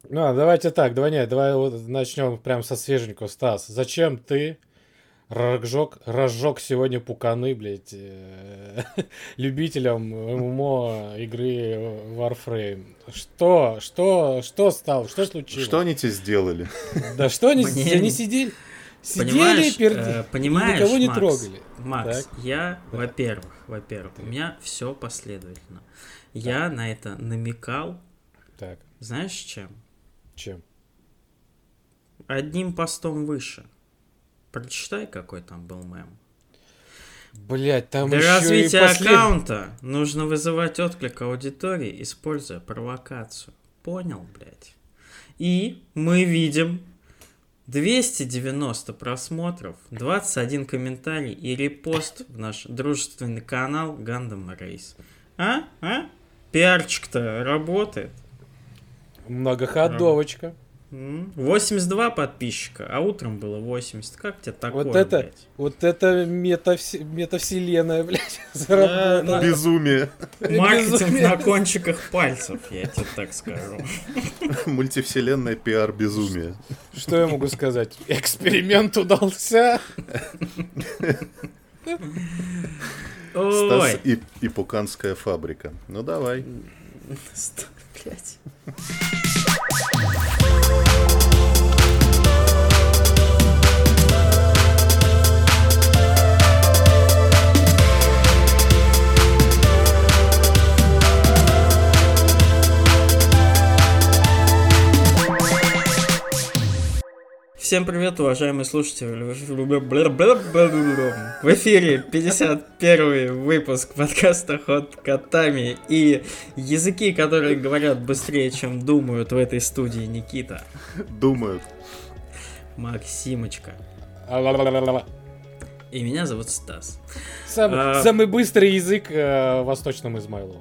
Ну, давайте так, давай вот начнем прям со свеженького. Стас, зачем ты разжег сегодня пуканы, блядь, любителям ММО игры Warframe? Что стало? Что Что случилось? они тебе сделали? Да что они Мне, сидели? Сидели понимаешь, перди и никого понимаешь, не Макс, трогали. Макс, Так, я, да, во-первых, у меня все последовательно. так, Я на это намекал, так. знаешь, чем? Чем? Одним постом выше. Прочитай, какой там был мем. Блять, там Для еще и развития аккаунта нужно вызывать отклик аудитории, используя провокацию. Понял, блядь? И мы видим 290 просмотров, 21 комментарий и репост в наш дружественный канал Gundam Race. А? Пиарчик-то работает. многоходовочка. 82 подписчика, а утром было 80. Как тебе такое, блядь? Вот это метавселенная, блядь, Да, заработала. Безумие. Маркетинг Безумие. на кончиках пальцев, я тебе так скажу. Мультивселенная пиар-безумие. Что я могу сказать? Эксперимент удался. Стас Ой, и Пуканская фабрика. Ну давай. блядь. Всем привет, уважаемые слушатели. В эфире 51-й выпуск подкаста Ход Котами. И языки, которые говорят быстрее, чем думают в этой студии, Никита, Думают. Максимочка. А-ла-ла-ла-ла-ла. И меня зовут Стас. Самый быстрый язык в Восточном Измайлово.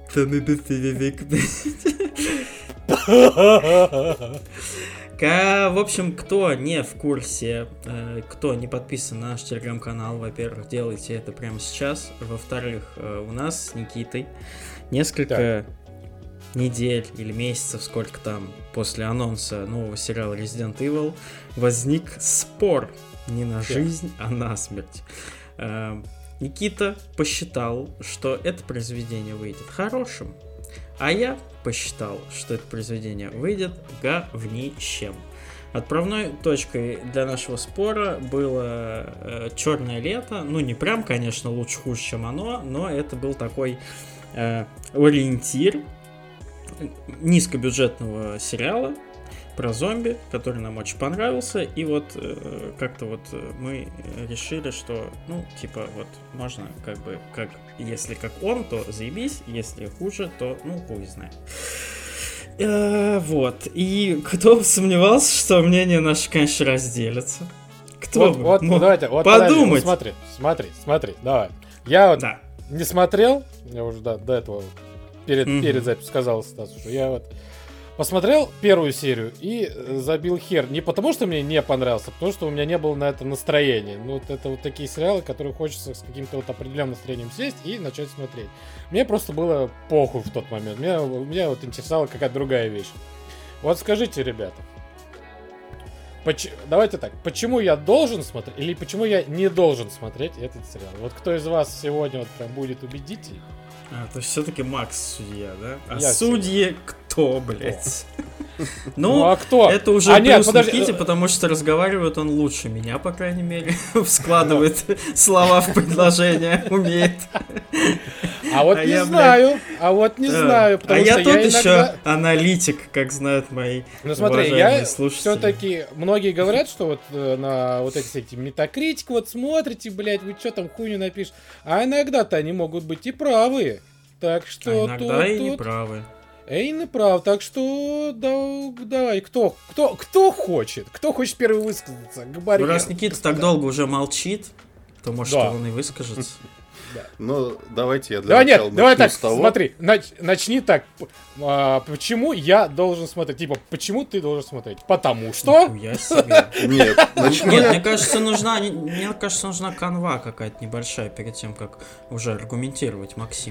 В общем, кто не в курсе, кто не подписан на наш телеграм-канал, во-первых, делайте это прямо сейчас. Во-вторых, у нас с Никитой несколько недель или месяцев, сколько там, после анонса нового сериала Resident Evil, возник спор не на жизнь, а на смерть. Никита посчитал, что это произведение выйдет хорошим, а я посчитал, что это произведение выйдет говнищем. Отправной точкой для нашего спора было «Черное лето». Ну, не прям, конечно, лучше-хуже, чем оно, но это был такой ориентир низкобюджетного сериала про зомби, который нам очень понравился. И вот как-то вот мы решили, что, ну, типа, вот можно как бы, как если как он, то заебись, если хуже, то, ну, хуй знает. Вот. И кто бы сомневался, что мнение наше, конечно, разделится. Кто бы Вот, мог давайте, вот подумать. подожди, смотри, давай. Я вот Да. не смотрел, я уже до этого перед записью сказал Стасу, что я вот посмотрел первую серию и забил хер. Не потому, что мне не понравился, а потому что у меня не было на это настроения. Ну, вот это вот такие сериалы, которые хочется с каким-то вот определенным настроением сесть и начать смотреть. Мне просто было похуй в тот момент. Меня вот интересовала какая-то другая вещь. Вот скажите, ребята, давайте так, почему я должен смотреть или почему я не должен смотреть этот сериал? Вот кто из вас сегодня вот прям будет убедитель? То есть все-таки Макс судья, да? А Я судьи кто, блядь? Ну, а кто? Это уже нет, плюс подожди. Никите, потому что разговаривает он лучше меня, по крайней мере. Складывает слова в предложения, умеет. А вот не знаю, потому я что тут я еще иногда... аналитик, как знают мои Ну смотри, уважаемые я слушатели. все-таки, многие говорят, что вот на вот эти метакритики вот смотрите, блядь, вы что там хуйню напишешь, а иногда-то они могут быть и правы. Так что иногда и тут... неправы. И не прав, так что давай, кто хочет первый высказаться? Ну, раз Никита так долго уже молчит, то может Да. он и выскажется. Ну, давайте я для Давай начала нет, давай начну так, с того. смотри, начни так. Почему я должен смотреть? Типа, почему ты должен смотреть? Потому что... Нихуя себе. Нет, начну Нет, я- мне кажется, нужна канва какая-то небольшая перед тем, как уже аргументировать Максиму.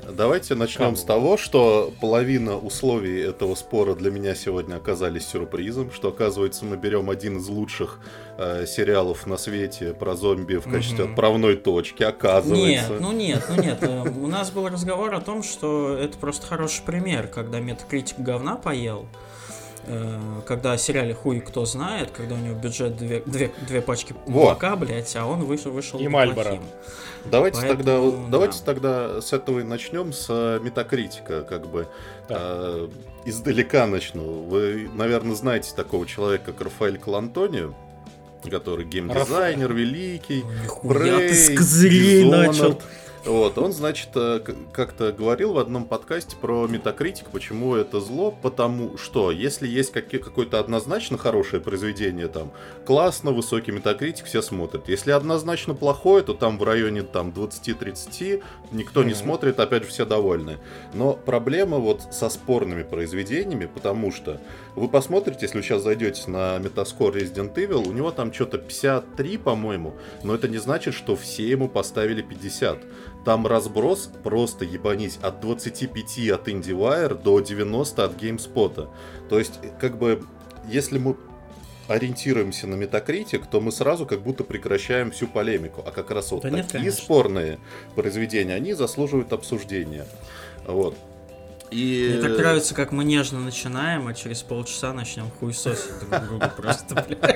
Давайте начнем с того, что половина условий этого спора для меня сегодня оказались сюрпризом, что, оказывается, мы берем один из лучших сериалов на свете про зомби в качестве отправной точки, оказывается. Нет. У нас был разговор о том, что это просто хороший пример, когда Metacritic говна поел, когда о сериале хуй кто знает, когда у него бюджет две пачки молока, блять, а он вышел и Мальборо. Давайте тогда с этого и начнем, с Метакритика, как бы. Издалека начну. Вы, наверное, знаете такого человека, как Рафаэль Колантонио, который геймдизайнер великий, Прей, ты с козырей начал. Вот, он, значит, как-то говорил в одном подкасте про Metacritic, почему это зло, потому что если есть какое-то однозначно хорошее произведение, там, классно, высокий Metacritic, все смотрят. Если однозначно плохое, то там в районе там 20-30 никто не смотрит, опять же, все довольны. Но проблема вот со спорными произведениями, потому что вы посмотрите, если вы сейчас зайдете на Metascore Resident Evil, у него там что-то 53, по-моему, но это не значит, что все ему поставили 50. Там разброс просто ебанись от 25 от IndieWire до 90 от GameSpot. То есть, как бы, если мы ориентируемся на Metacritic, то мы сразу как будто прекращаем всю полемику. А как раз вот такие спорные произведения, они заслуживают обсуждения. Вот. Мне так нравится, как мы нежно начинаем, а через полчаса начнем хуесосить друг друга просто, блядь.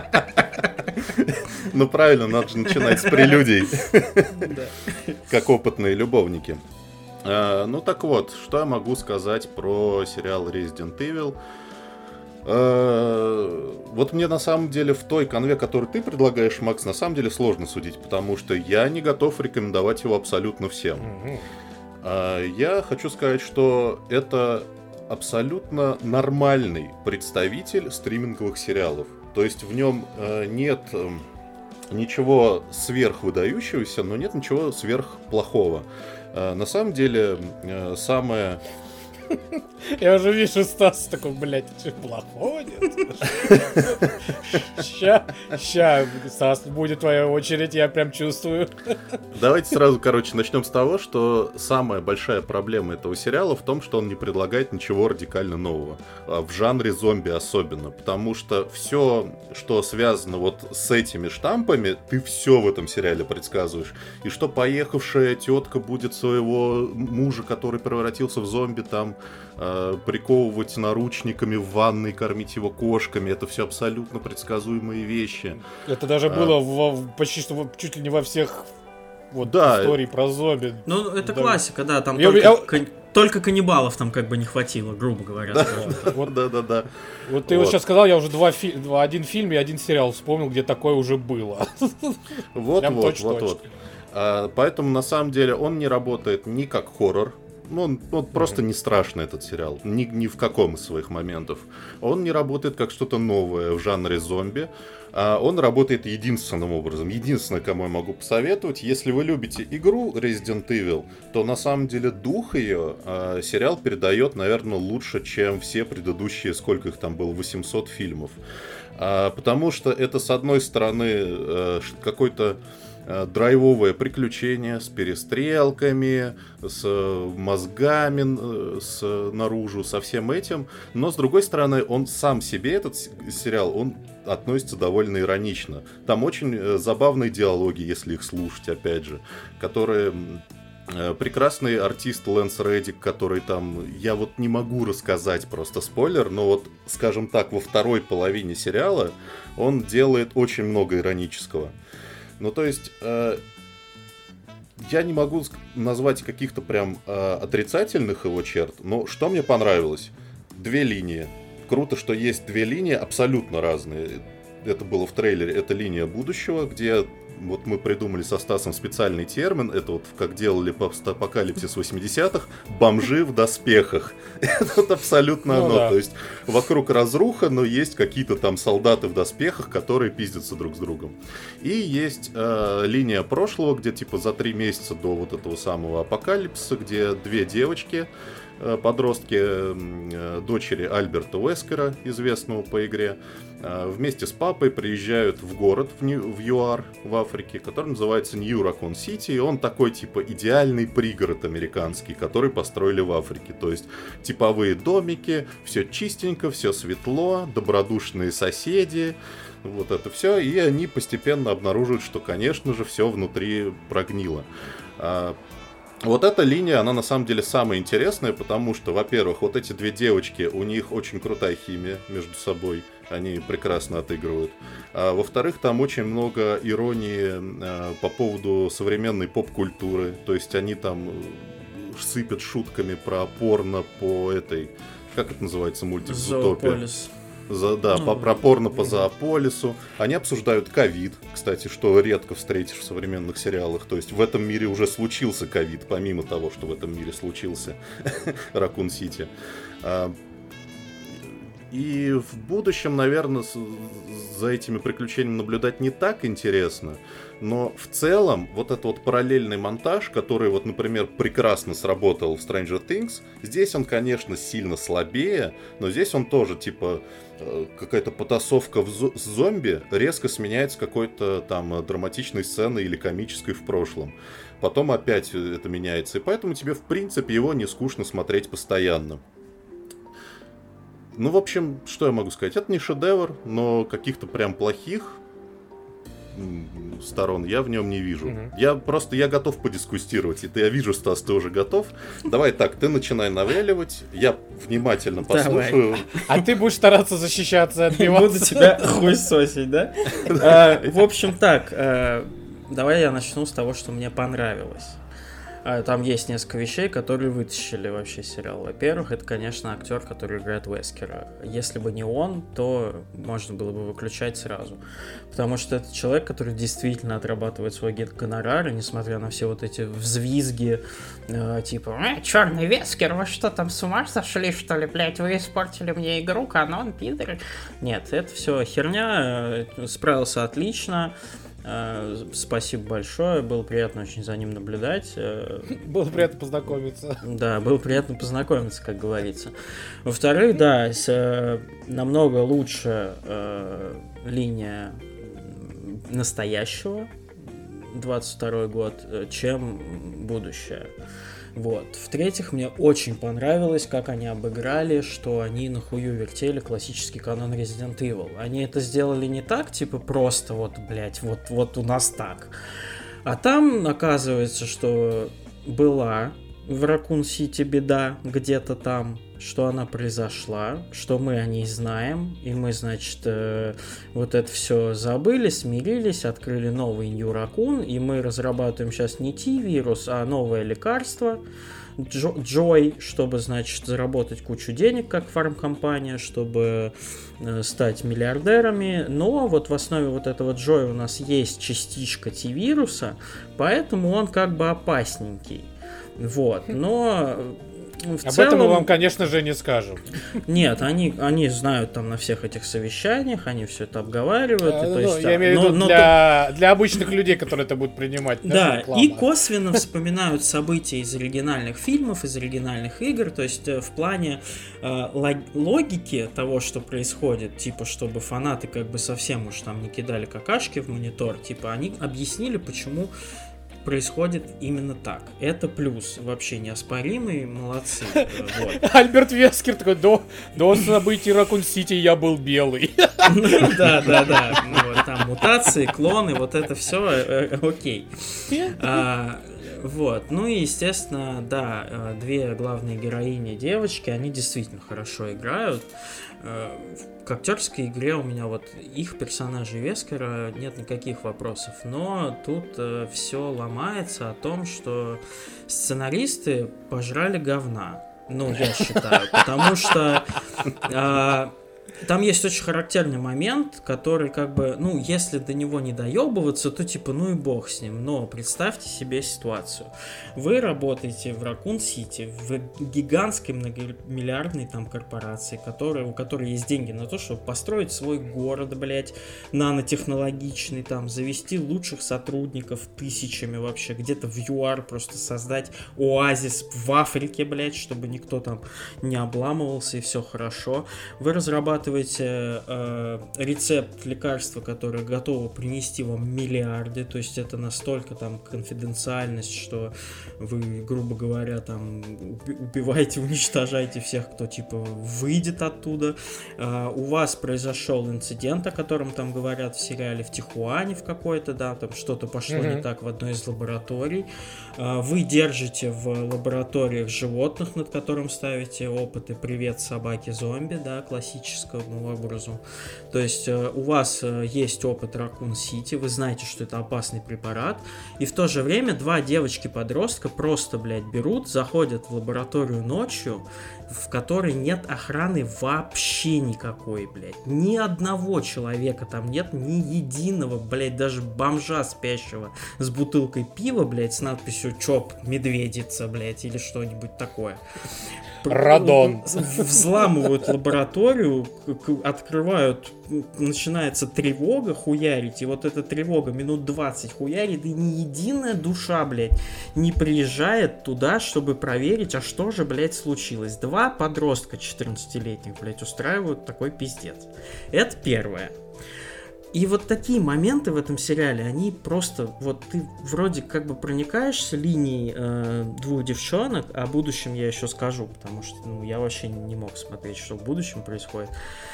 Ну правильно, надо же начинать с прелюдий, как опытные любовники. Ну так вот, что я могу сказать про сериал Resident Evil? Вот мне на самом деле в той канве, которую ты предлагаешь, Макс, на самом деле сложно судить, потому что я не готов рекомендовать его абсолютно всем. Я хочу сказать, что это абсолютно нормальный представитель стриминговых сериалов. То есть в нем нет ничего сверхвыдающегося, но нет ничего сверхплохого. На самом деле, самое... Я уже вижу Стас такой, блядь, что плохого нет? Ща, Стас, будет твоя очередь, я прям чувствую. Давайте сразу, начнем с того, что самая большая проблема этого сериала в том, что он не предлагает ничего радикально нового. В жанре зомби особенно. Потому что все, что связано вот с этими штампами, ты все в этом сериале предсказываешь. И что поехавшая тетка будет своего мужа, который превратился в зомби, там приковывать наручниками в ванной, кормить его кошками. Это все абсолютно предсказуемые вещи. Это даже было почти что чуть ли не во всех историй про зомби. Ну, это классика, да, там только каннибалов там как бы не хватило, грубо говоря. Да. Вот ты вот сейчас сказал, я уже один фильм и один сериал вспомнил, где такое уже было. Вот. Поэтому, на самом деле, он не работает ни как хоррор. Он просто не страшный, этот сериал. Ни в каком из своих моментов. Он не работает как что-то новое в жанре зомби. Он работает единственным образом. Единственное, кому я могу посоветовать, если вы любите игру Resident Evil, то на самом деле дух ее сериал передает, наверное, лучше, чем все предыдущие, сколько их там было, 800 фильмов. Потому что это, с одной стороны, какой-то драйвовое приключение с перестрелками, с мозгами наружу, со всем этим. Но, с другой стороны, он сам себе, этот сериал, он относится довольно иронично. Там очень забавные диалоги, если их слушать, опять же, которые... Прекрасный артист Лэнс Реддик, который там... Я вот не могу рассказать просто спойлер, но вот, скажем так, во второй половине сериала он делает очень много иронического. Ну, то есть, я не могу назвать каких-то прям отрицательных его черт, но что мне понравилось? 2 линии. Круто, что есть 2 линии абсолютно разные. Это было в трейлере, это линия будущего, где вот мы придумали со Стасом специальный термин, это вот как делали постапокалипсис 80-х, бомжи в доспехах. Это вот абсолютно оно. Да. То есть вокруг разруха, но есть какие-то там солдаты в доспехах, которые пиздятся друг с другом. И есть линия прошлого, где типа за 3 месяца до вот этого самого апокалипсиса, где 2 девочки, подростки, дочери Альберта Уэскера, известного по игре, вместе с папой приезжают в город, в ЮАР, в Африке, который называется Нью Ракун Сити, и он такой, типа, идеальный пригород американский, который построили в Африке. То есть, типовые домики, все чистенько, все светло, добродушные соседи, вот это все, и они постепенно обнаруживают, что, конечно же, все внутри прогнило. Вот эта линия, она на самом деле самая интересная, потому что, во-первых, вот эти две девочки, у них очень крутая химия между собой, они прекрасно отыгрывают. А во-вторых, там очень много иронии по поводу современной поп-культуры, то есть они там сыпят шутками про порно по этой, как это называется, мультик «Зоотопия». Про порно по Зоополису. Они обсуждают ковид, кстати, что редко встретишь в современных сериалах. То есть в этом мире уже случился ковид, помимо того, что в этом мире случился Ракун Сити. И в будущем, наверное, за этими приключениями наблюдать не так интересно. Но в целом, вот этот вот параллельный монтаж, который, вот, например, прекрасно сработал в Stranger Things, здесь он, конечно, сильно слабее, но здесь он тоже, типа, какая-то потасовка с зомби резко сменяется какой-то там драматичной сценой или комической в прошлом. Потом опять это меняется, и поэтому тебе, в принципе, его не скучно смотреть постоянно. Ну, в общем, что я могу сказать? Это не шедевр, но каких-то прям плохих сторон я в нем не вижу. Я готов подискутировать. И я вижу, Стас, ты уже готов. Давай так, ты начинай навяливать, я внимательно послушаю. Давай. А ты будешь стараться защищаться от него. Буду тебя хуесосить, да? В общем, так, давай я начну с того, что мне понравилось. Там есть несколько вещей, которые вытащили вообще сериал. Во-первых, это, конечно, актер, который играет Уэскера. Если бы не он, то можно было бы выключать сразу. Потому что это человек, который действительно отрабатывает свой гонорар, и несмотря на все вот эти взвизги, типа, черный Вескер, вы что там, с ума сошли, что ли, блядь, вы испортили мне игру, канон, пидоры. Нет, это все херня, справился отлично. Спасибо большое, было приятно очень за ним наблюдать. Было приятно познакомиться. Да, было приятно познакомиться, как говорится. Во-вторых, да, намного лучше линия настоящего, 22 год, чем будущее. Вот. В-третьих, мне очень понравилось, как они обыграли, что они нахую вертели классический канон Resident Evil. Они это сделали не так, типа просто вот, блять, вот у нас так. А там оказывается, что была в Ракун Сити беда где-то там, что она произошла, что мы о ней знаем, и мы, значит, вот это все забыли, смирились, открыли новый Нью Ракун, и мы разрабатываем сейчас не T-вирус, а новое лекарство Joy, чтобы, значит, заработать кучу денег, как фармкомпания, чтобы стать миллиардерами, но вот в основе вот этого Joy у нас есть частичка T-вируса, поэтому он как бы опасненький. Вот, но об этом мы вам, конечно же, не скажем. Нет, они знают там на всех этих совещаниях, они все это обговаривают. Я имею в виду для обычных людей, которые это будут принимать. Да, и косвенно вспоминают события из оригинальных фильмов, из оригинальных игр, то есть в плане логики того, что происходит, типа, чтобы фанаты как бы совсем уж там не кидали какашки в монитор, типа, они объяснили, почему происходит именно так. Это плюс вообще неоспоримый, молодцы. Вот. Альберт Вескер такой, до событий Ракун Сити я был белый. Да. Там мутации, клоны, вот это все окей. Вот, ну и, естественно, да, две главные героини девочки, они действительно хорошо играют. К актерской игре у меня вот их персонажей Вескера нет никаких вопросов, но тут все ломается о том, что сценаристы пожрали говна. Ну, я считаю, потому что Там есть очень характерный момент, который как бы, ну, если до него не доебываться, то типа, ну и бог с ним. Но представьте себе ситуацию. Вы работаете в Ракун-Сити, в гигантской многомиллиардной там корпорации, у которой есть деньги на то, чтобы построить свой город, блядь, нанотехнологичный, там, завести лучших сотрудников тысячами вообще, где-то в ЮАР просто создать оазис в Африке, блядь, чтобы никто там не обламывался и все хорошо. Вы разрабатываете рецепт лекарства, которое готово принести вам миллиарды, то есть это настолько там конфиденциальность, что вы, грубо говоря, там убиваете, уничтожаете всех, кто типа выйдет оттуда. У вас произошел инцидент, о котором там говорят в сериале, в Тихуане в какой-то, да, там что-то пошло не так в одной из лабораторий. Вы держите в лабораториях животных, над которым ставите опыты. Привет, собаки-зомби, да, классическому образу. То есть у вас есть опыт Ракун-Сити, вы знаете, что это опасный препарат, и в то же время два девочки-подростка просто, блядь, берут, заходят в лабораторию ночью, в которой нет охраны вообще никакой, блядь. Ни одного человека там нет, ни единого, блядь, даже бомжа спящего с бутылкой пива, блядь, с надписью «Чоп, медведица», блядь, или что-нибудь такое. Радон. Взламывают лабораторию, открывают, начинается тревога хуярить, и вот эта тревога минут 20 хуярит, и ни единая душа, блядь, не приезжает туда, чтобы проверить, а что же, блядь, случилось. Два подростка 14-летних, блядь, устраивают такой пиздец. Это первое. И вот такие моменты в этом сериале, они просто, вот ты вроде как бы проникаешься линией двух девчонок, о будущем я еще скажу, потому что я вообще не мог смотреть, что в будущем происходит.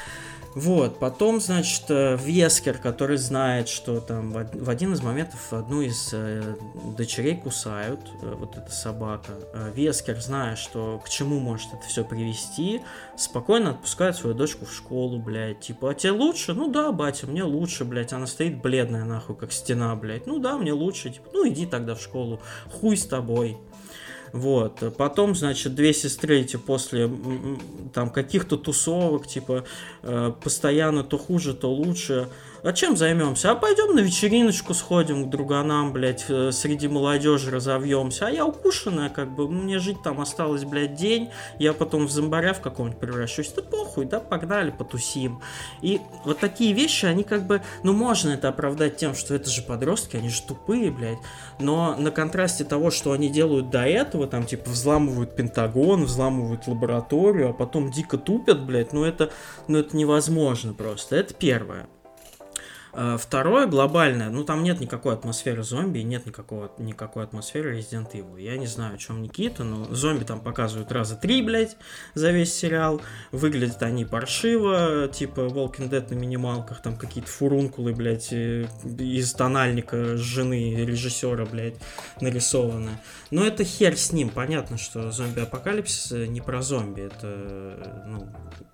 Вот, потом, значит, Вескер, который знает, что там в один из моментов одну из дочерей кусают, вот эта собака. Вескер, зная, что к чему может это все привести, спокойно отпускает свою дочку в школу, блядь. Типа, а тебе лучше? Ну да, батя, мне лучше, блядь. Она стоит бледная, нахуй, как стена, блядь. Ну да, мне лучше. Типа, ну иди тогда в школу. Хуй с тобой. Вот, потом, значит, две сестры эти после там каких-то тусовок, типа, постоянно то хуже, то лучше. А чем займемся? А пойдем на вечериночку сходим к друганам, блядь, среди молодежи разовьемся. А я укушенная, как бы, мне жить там осталось, блядь, день. Я потом в зомбаря в каком-нибудь превращусь. Да похуй, да, погнали, потусим. И вот такие вещи, они как бы, ну, можно это оправдать тем, что это же подростки, они же тупые, блядь. Но на контрасте того, что они делают до этого, там, типа, взламывают Пентагон, взламывают лабораторию, а потом дико тупят, блядь, ну, это невозможно просто. Это первое. Второе, глобальное, ну там нет никакой атмосферы зомби, нет никакой атмосферы Resident Evil. Я не знаю, о чем Никита, но зомби там показывают раза 3, блядь, за весь сериал. Выглядят они паршиво, типа Walking Dead на минималках, там какие-то фурункулы, блядь, из тональника жены режиссера, блядь, нарисованы. Но это хер с ним, понятно, что зомби-апокалипсис не про зомби, это, ну,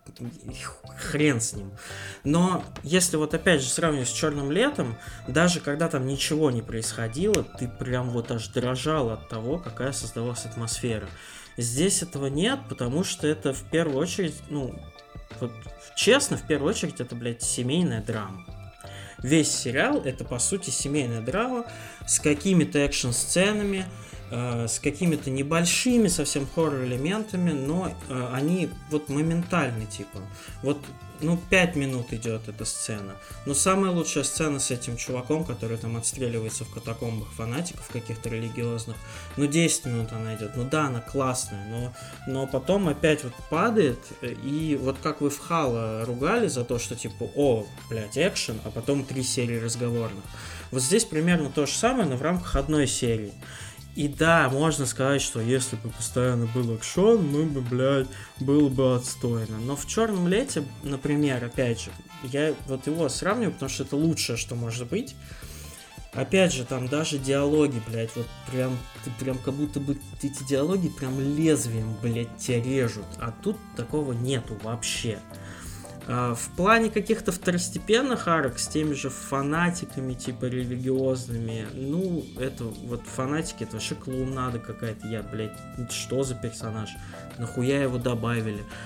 хрен с ним. Но если вот опять же сравнивать с «Черным летом», даже когда там ничего не происходило, ты прям вот аж дрожал от того, какая создавалась атмосфера. Здесь этого нет, потому что это в первую очередь, ну, вот честно, в первую очередь это, блядь, семейная драма. Весь сериал это, по сути, семейная драма с какими-то экшн-сценами, с какими-то небольшими совсем хоррор-элементами, но они вот моментальны, типа. Вот, ну, 5 минут идет эта сцена. Но самая лучшая сцена с этим чуваком, который там отстреливается в катакомбах фанатиков каких-то религиозных, ну, 10 минут она идет. Ну да, она классная, но потом опять вот падает, и вот как вы в Halo ругали за то, что типа, о, блядь, экшен, а потом 3 серии разговорных. Вот здесь примерно то же самое, но в рамках одной серии. И да, можно сказать, что если бы постоянно был экшон, мы бы, блядь, было бы отстойно. Но в «Черном лете», например, опять же, я вот его сравниваю, потому что это лучшее, что может быть. Опять же, там даже диалоги, блядь, вот прям как будто бы эти диалоги прям лезвием, блядь, тебя режут. А тут такого нету вообще. В плане каких-то второстепенных арок с теми же фанатиками, типа религиозными, ну, это вот фанатики, это вообще клоунада какая-то, блядь, что за персонаж, нахуя его добавили,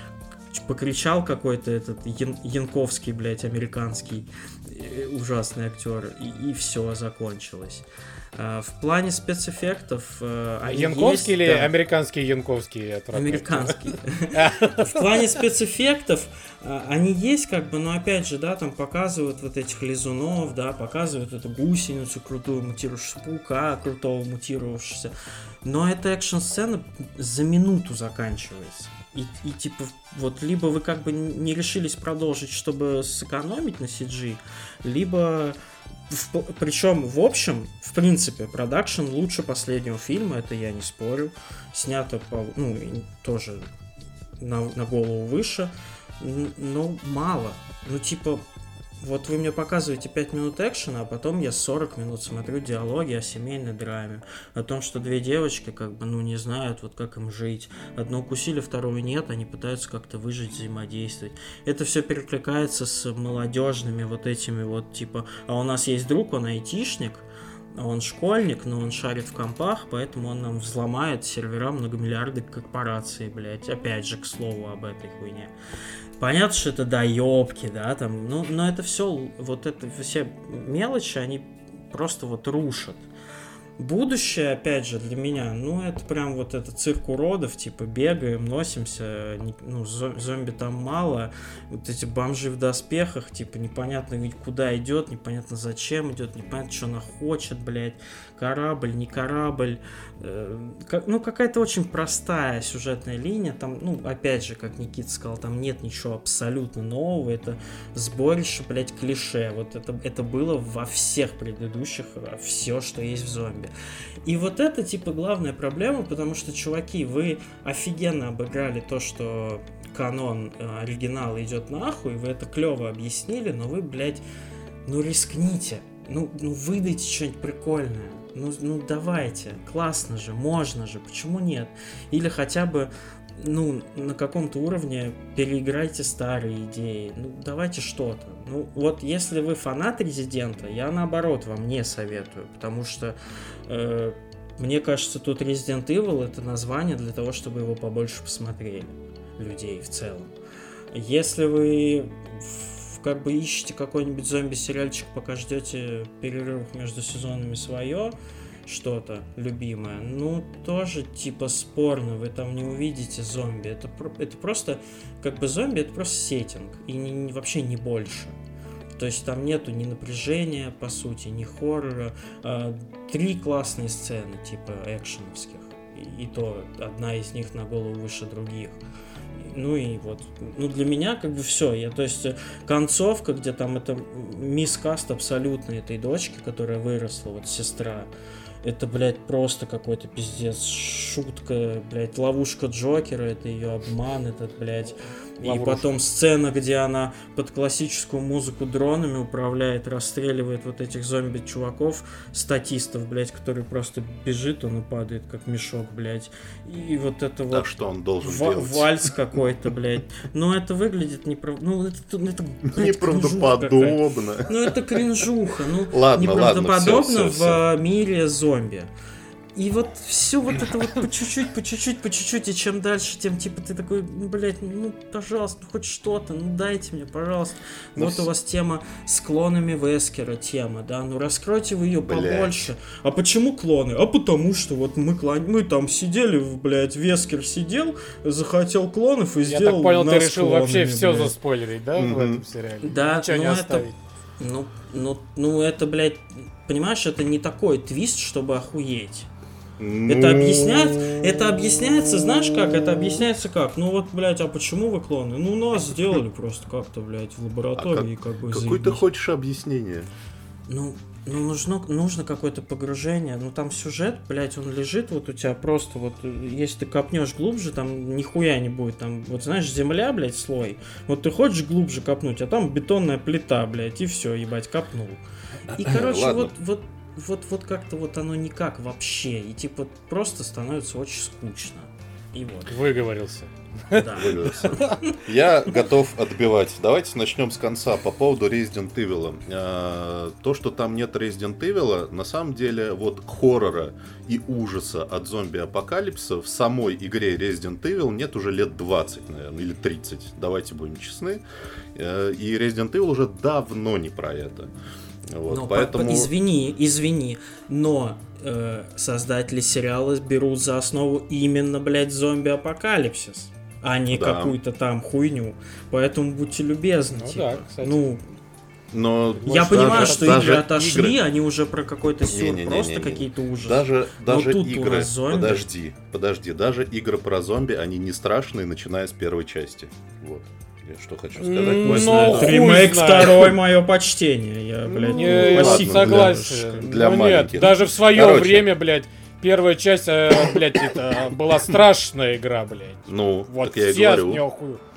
покричал какой-то этот Янковский, блядь, американский ужасный актер, и все, закончилось. В плане спецэффектов... Янковский или американский Янковский? Американский. В плане спецэффектов они есть, как бы, но опять же, да, там показывают вот этих лизунов, да, показывают эту гусеницу крутую, мутирующуюся, паука крутого мутировавшегося. Но эта экшн-сцена за минуту заканчивается. И типа, вот либо вы как бы не решились продолжить, чтобы сэкономить на CG, либо... Причем, в общем, в принципе, продакшн лучше последнего фильма, это я не спорю. Снято, тоже на голову выше, но мало. Ну, типа, вот вы мне показываете 5 минут экшена, а потом я 40 минут смотрю диалоги о семейной драме. О том, что две девочки, как бы, не знают, вот как им жить. Одну укусили, вторую нет, они пытаются как-то выжить, взаимодействовать. Это все перекликается с молодежными вот этими вот, типа, а у нас есть друг, он айтишник, он школьник, но он шарит в компах, поэтому он нам взломает сервера многомиллиардной корпорации, блядь. Опять же, к слову об этой хуйне. Понятно, что это доебки, да, там, но это все, вот это все мелочи, они просто вот рушат. Будущее, опять же, для меня, это прям вот это цирк уродов, типа бегаем, носимся, зомби там мало, вот эти бомжи в доспехах, типа непонятно куда идет, непонятно зачем идет, непонятно, что она хочет, блядь, корабль, не корабль, какая-то очень простая сюжетная линия, там, опять же, как Никита сказал, там нет ничего абсолютно нового, это сборище, блядь, клише, вот это было во всех предыдущих, все, что есть в зомби. И вот это, типа, главная проблема, потому что, чуваки, вы офигенно обыграли то, что канон оригинала идет нахуй, вы это клево объяснили, но вы, блядь, рискните, выдайте что-нибудь прикольное. Давайте, классно же, можно же, почему нет? Или хотя бы, на каком-то уровне переиграйте старые идеи, давайте что-то. Вот если вы фанат Резидента, я наоборот вам не советую, потому что мне кажется, тут Resident Evil это название для того, чтобы его побольше посмотрели людей в целом. Если вы как бы ищете какой-нибудь зомби-сериальчик, пока ждете перерывов между сезонами свое, что-то любимое, тоже типа спорно, вы там не увидите зомби. Это просто, как бы зомби, это просто сеттинг, и вообще не больше. То есть там нету ни напряжения, по сути, ни хоррора. 3 классные сцены, типа экшеновских, и то одна из них на голову выше других. И вот, для меня как бы все. То есть концовка, где там это мискаст абсолютно этой дочки, которая выросла, вот сестра, это, блядь, просто какой-то пиздец, шутка, блядь, ловушка Джокера, это ее обман, этот, блядь. И потом сцена, где она под классическую музыку дронами управляет, расстреливает вот этих зомби-чуваков, статистов, блядь, который просто бежит, он и падает, как мешок, блядь. И вот это вот... что он должен делать? Вальс какой-то, блядь. Это выглядит неправдоподобно. Это кринжуха. Ладно, неправдоподобно все. В мире зомби. И вот все вот это вот по чуть-чуть, и чем дальше, тем типа ты такой, блядь, пожалуйста, хоть что-то, дайте мне, пожалуйста. Вот у вас тема с клонами Вескера, тема, да, раскройте вы ее побольше. А почему клоны? А потому что вот мы там сидели, блядь, Вескер сидел, захотел клонов и сделал. Я так понял, ты решил клонами, вообще все блядь. Заспойлерить, да, в этом сериале? Да, ничего не оставить. Это, блядь, понимаешь, это не такой твист, чтобы охуеть. Это объясняется, знаешь как? Это объясняется как? Блядь, а почему вы клоны? Нас сделали просто как-то, блядь, в лаборатории, как бы. Какое ты хочешь объяснение? Нужно какое-то погружение. Там сюжет, блядь, он лежит вот у тебя просто вот, если ты копнешь глубже, там нихуя не будет. Там, вот знаешь, земля, блядь, слой. Вот ты хочешь глубже копнуть, а там бетонная плита, блядь, и все, ебать, копнул. И, короче, вот как-то вот оно никак вообще. И типа просто становится очень скучно. И вот. Выговорился. выговорился. Я готов отбивать. Давайте начнем с конца по поводу Resident Evil. То, что там нет Resident Evil, на самом деле вот хоррора и ужаса от зомби-апокалипса в самой игре Resident Evil нет уже лет 20, наверное, или 30. Давайте будем честны. И Resident Evil уже давно не про это. Вот, но поэтому... Извини, но создатели сериала берут за основу именно, блядь, зомби-апокалипсис, а не какую-то там хуйню. Поэтому будьте любезны. Ну, типа. да, кстати. Ну, но я понимаю, что игры отошли, игры... они уже про какой-то сюр, просто какие-то ужасы. Даже игры, подожди, даже игры про зомби, они не страшные, начиная с первой части. Вот. Что хочу сказать. Ремейк второй, мое почтение. Я, блядь, согласен. Для маленьких. Нет, даже в свое время, блядь, первая часть, блядь, это была страшная игра, блядь. Ну, вот так я и говорю.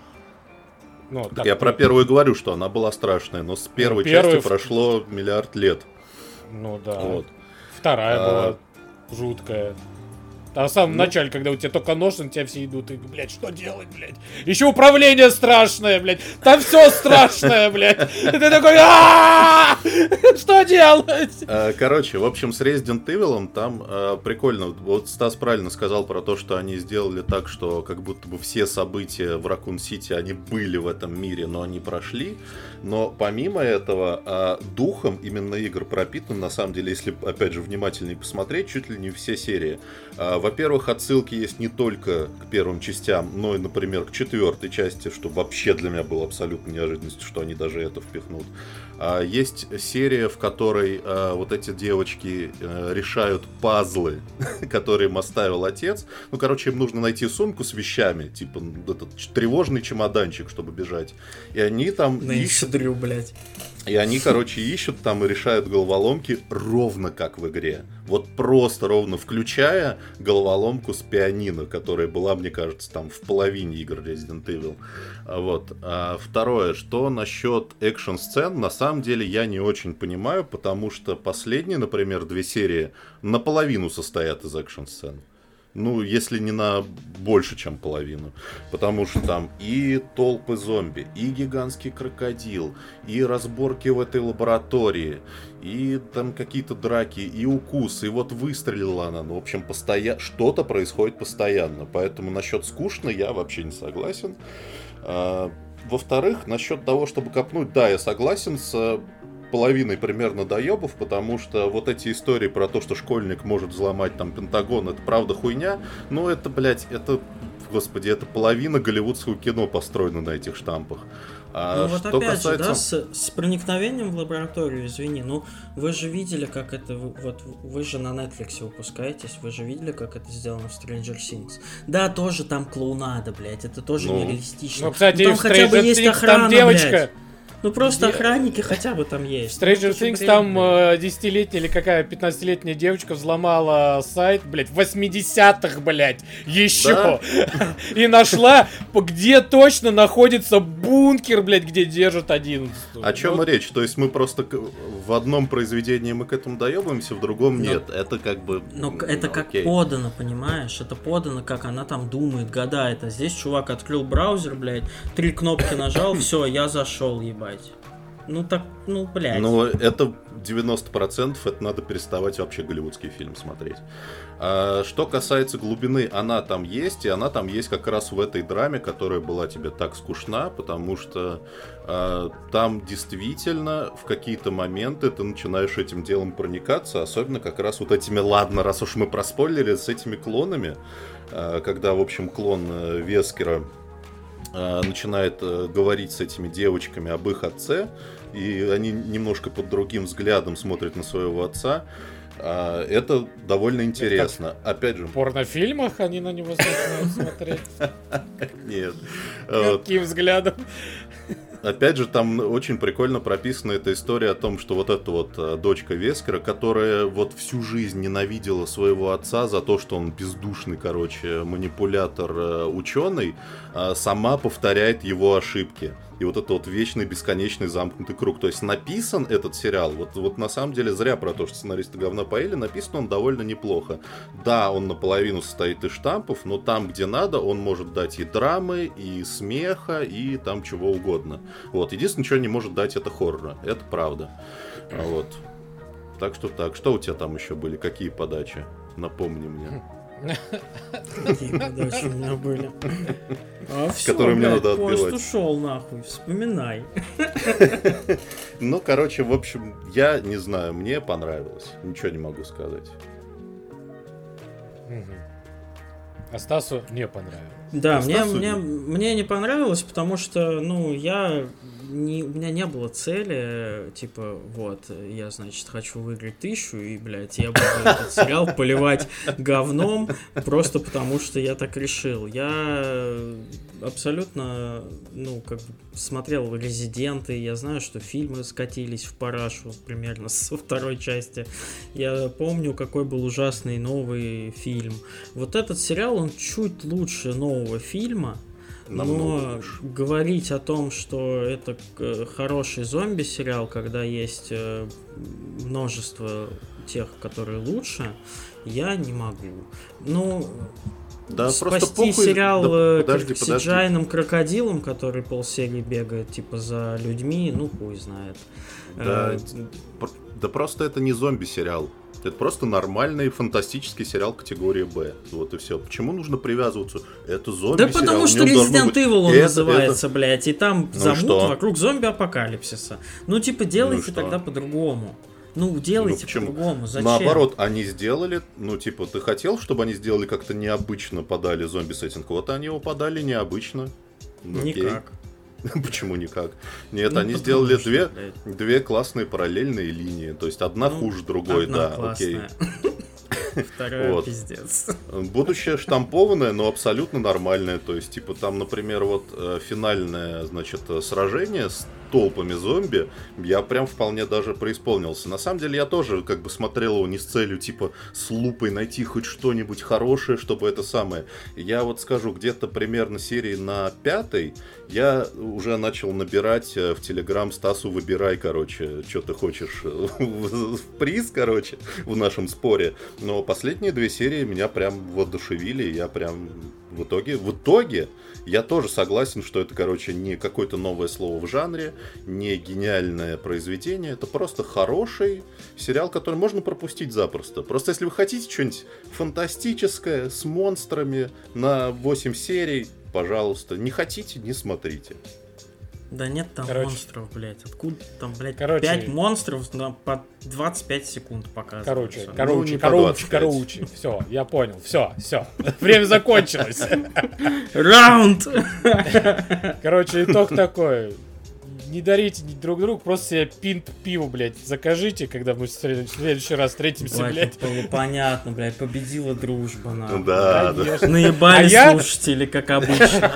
Так я про первую говорю, что она была страшная, но с первой части прошло миллиард лет. Ну да. Вот. Вторая была жуткая. А в самом начале, когда у тебя только нож, на тебя все идут, и, блядь, что делать, блядь? Еще управление страшное, блядь. Там все страшное, блядь. И ты такой, что делать? Короче, в общем, с Resident Evil там прикольно. Вот Стас правильно сказал про то, что они сделали так, что как будто бы все события в Ракун-Сити, они были в этом мире, но они прошли. Но помимо этого, духом именно игр пропитан, на самом деле, если, опять же, внимательнее посмотреть, чуть ли не все серии. Во-первых, отсылки есть не только к первым частям, но и, например, к четвертой части, что вообще для меня было абсолютно неожиданностью, что они даже это впихнут. Есть серия, в которой вот эти девочки решают пазлы, которые им оставил отец. Ну, короче, им нужно найти сумку с вещами, типа этот тревожный чемоданчик, чтобы бежать. И они там ищут... блядь. И они, короче, ищут там и решают головоломки ровно как в игре. Вот просто ровно, включая головоломку с пианино, которая была, мне кажется, там в половине игр Resident Evil. Вот. Второе, что насчет экшн-сцен, на самом деле я не очень понимаю, потому что последние, например, 2 серии наполовину состоят из экшн-сцен. Ну, если не на больше, чем половину. Потому что там и толпы зомби, и гигантский крокодил, и разборки в этой лаборатории, и там какие-то драки, и укусы, и вот выстрелила она. Ну, в общем, что-то происходит постоянно. Поэтому насчет скучно я вообще не согласен. Во-вторых, насчет того, чтобы копнуть, да, я согласен с... половиной примерно доебов, потому что вот эти истории про то, что школьник может взломать там Пентагон, это правда хуйня, но это, блядь, это, господи, это половина голливудского кино построена на этих штампах. Ну вот опять касается... же, да, с проникновением в лабораторию, извини, ну вы же видели, как это, вот вы же на Netflix выпускаетесь, вы же видели, как это сделано в Stranger Things. Да, тоже там клоунада, блядь, это тоже нереалистично. Ну, кстати, там хотя бы есть охрана, там девочка... блядь. Ну просто охранники хотя бы там есть. В Stranger Things там 10-летняя или какая 15-летняя девочка взломала сайт, блядь, в 80-х, блядь, еще. Да? И нашла, где точно находится бункер, блядь, где держат 11-ю. О чем речь? То есть мы просто в одном произведении мы к этому доебываемся, в другом нет. Это как бы... Ну, это как подано, понимаешь? Это подано, как она там думает, гадает. А здесь чувак открыл браузер, блядь, 3 кнопки нажал, все, я зашел, ебать. Ну так, ну, блядь. Ну, это 90%, это надо переставать вообще голливудский фильм смотреть. Что касается глубины, она там есть, и она там есть как раз в этой драме, которая была тебе так скучна, потому что там действительно в какие-то моменты ты начинаешь этим делом проникаться, особенно как раз вот этими, ладно, раз уж мы проспойлерили, с этими клонами, когда, в общем, клон Вескера начинает говорить с этими девочками об их отце, и они немножко под другим взглядом смотрят на своего отца. Это довольно интересно. Опять же, в порнофильмах они на него начинают смотреть? Нет. Каким взглядом? Опять же, там очень прикольно прописана эта история о том, что вот эта вот дочка Вескера, которая вот всю жизнь ненавидела своего отца за то, что он бездушный, короче, манипулятор, ученый, сама повторяет его ошибки. И и вот это вот вечный, бесконечный замкнутый круг. То есть написан этот сериал, вот на самом деле зря про то, что сценаристы говна поели, написан он довольно неплохо. Да, он наполовину состоит из штампов, но там, где надо, он может дать и драмы, и смеха, и там чего угодно. Вот. Единственное, чего не может дать, это хоррора. Это правда. Вот. Так что так. Что у тебя там еще были? Какие подачи? Напомни мне. Какие подачи у меня были? Которые мне надо отбивать. Поезд ушел нахуй, вспоминай. Ну, короче, в общем, я не знаю, мне понравилось. Ничего не могу сказать. А Стасу не понравилось. Да, мне не понравилось, потому что, у меня не было цели, типа, вот, я, значит, хочу выиграть 1000, и, блядь, я буду этот сериал поливать говном, просто потому что я так решил. Я абсолютно, смотрел «Резиденты», я знаю, что фильмы скатились в парашу примерно со второй части. Я помню, какой был ужасный новый фильм. Вот этот сериал, он чуть лучше нового фильма, но говорить о том, что это хороший зомби-сериал, когда есть множество тех, которые лучше, я не могу. Да, спасти сериал CGI-ным крокодилом, который полсерии бегает типа за людьми, хуй знает. Да просто это не зомби-сериал. Это просто нормальный фантастический сериал категории Б. Вот и все. Почему нужно привязываться? Это зомби-сериал. Да потому что Resident Evil он называется, блядь, и там замут вокруг зомби-апокалипсиса. Делайте тогда по-другому. Делайте по-другому. Зачем? Наоборот, они сделали, ты хотел, чтобы они сделали как-то необычно, подали зомби-сеттинг. Вот они его подали необычно. Никак. Почему никак? Нет, они сделали две классные параллельные линии. То есть одна хуже другой, одна да, классная. окей. Вторая пиздец. Будущее штампованное, но абсолютно нормальное. То есть, там, например, финальное, сражение с толпами зомби, я прям вполне даже преисполнился. На самом деле, я тоже смотрел его не с целью, с лупой найти хоть что-нибудь хорошее, чтобы это самое. Я скажу, где-то примерно серии на 5-й я уже начал набирать в Телеграм Стасу «Выбирай», что ты хочешь в приз, в нашем споре. Но последние 2 серии меня прям воодушевили, я прям в итоге я тоже согласен, что это, не какое-то новое слово в жанре, не гениальное произведение, это просто хороший сериал, который можно пропустить запросто. Просто если вы хотите что-нибудь фантастическое с монстрами на 8 серий, пожалуйста, не хотите, не смотрите. Да нет там монстров, блядь. Откуда там, блядь, 5 монстров по 25 секунд показывают. Короче. Все, я понял. Все. Время закончилось. Раунд! Итог такой. Не дарите друг другу, просто себе пинт пива, блядь, закажите, когда мы в следующий раз встретимся, блядь. Было понятно, блядь, победила дружба, нахуй. Да. Наебали слушатели, как обычно.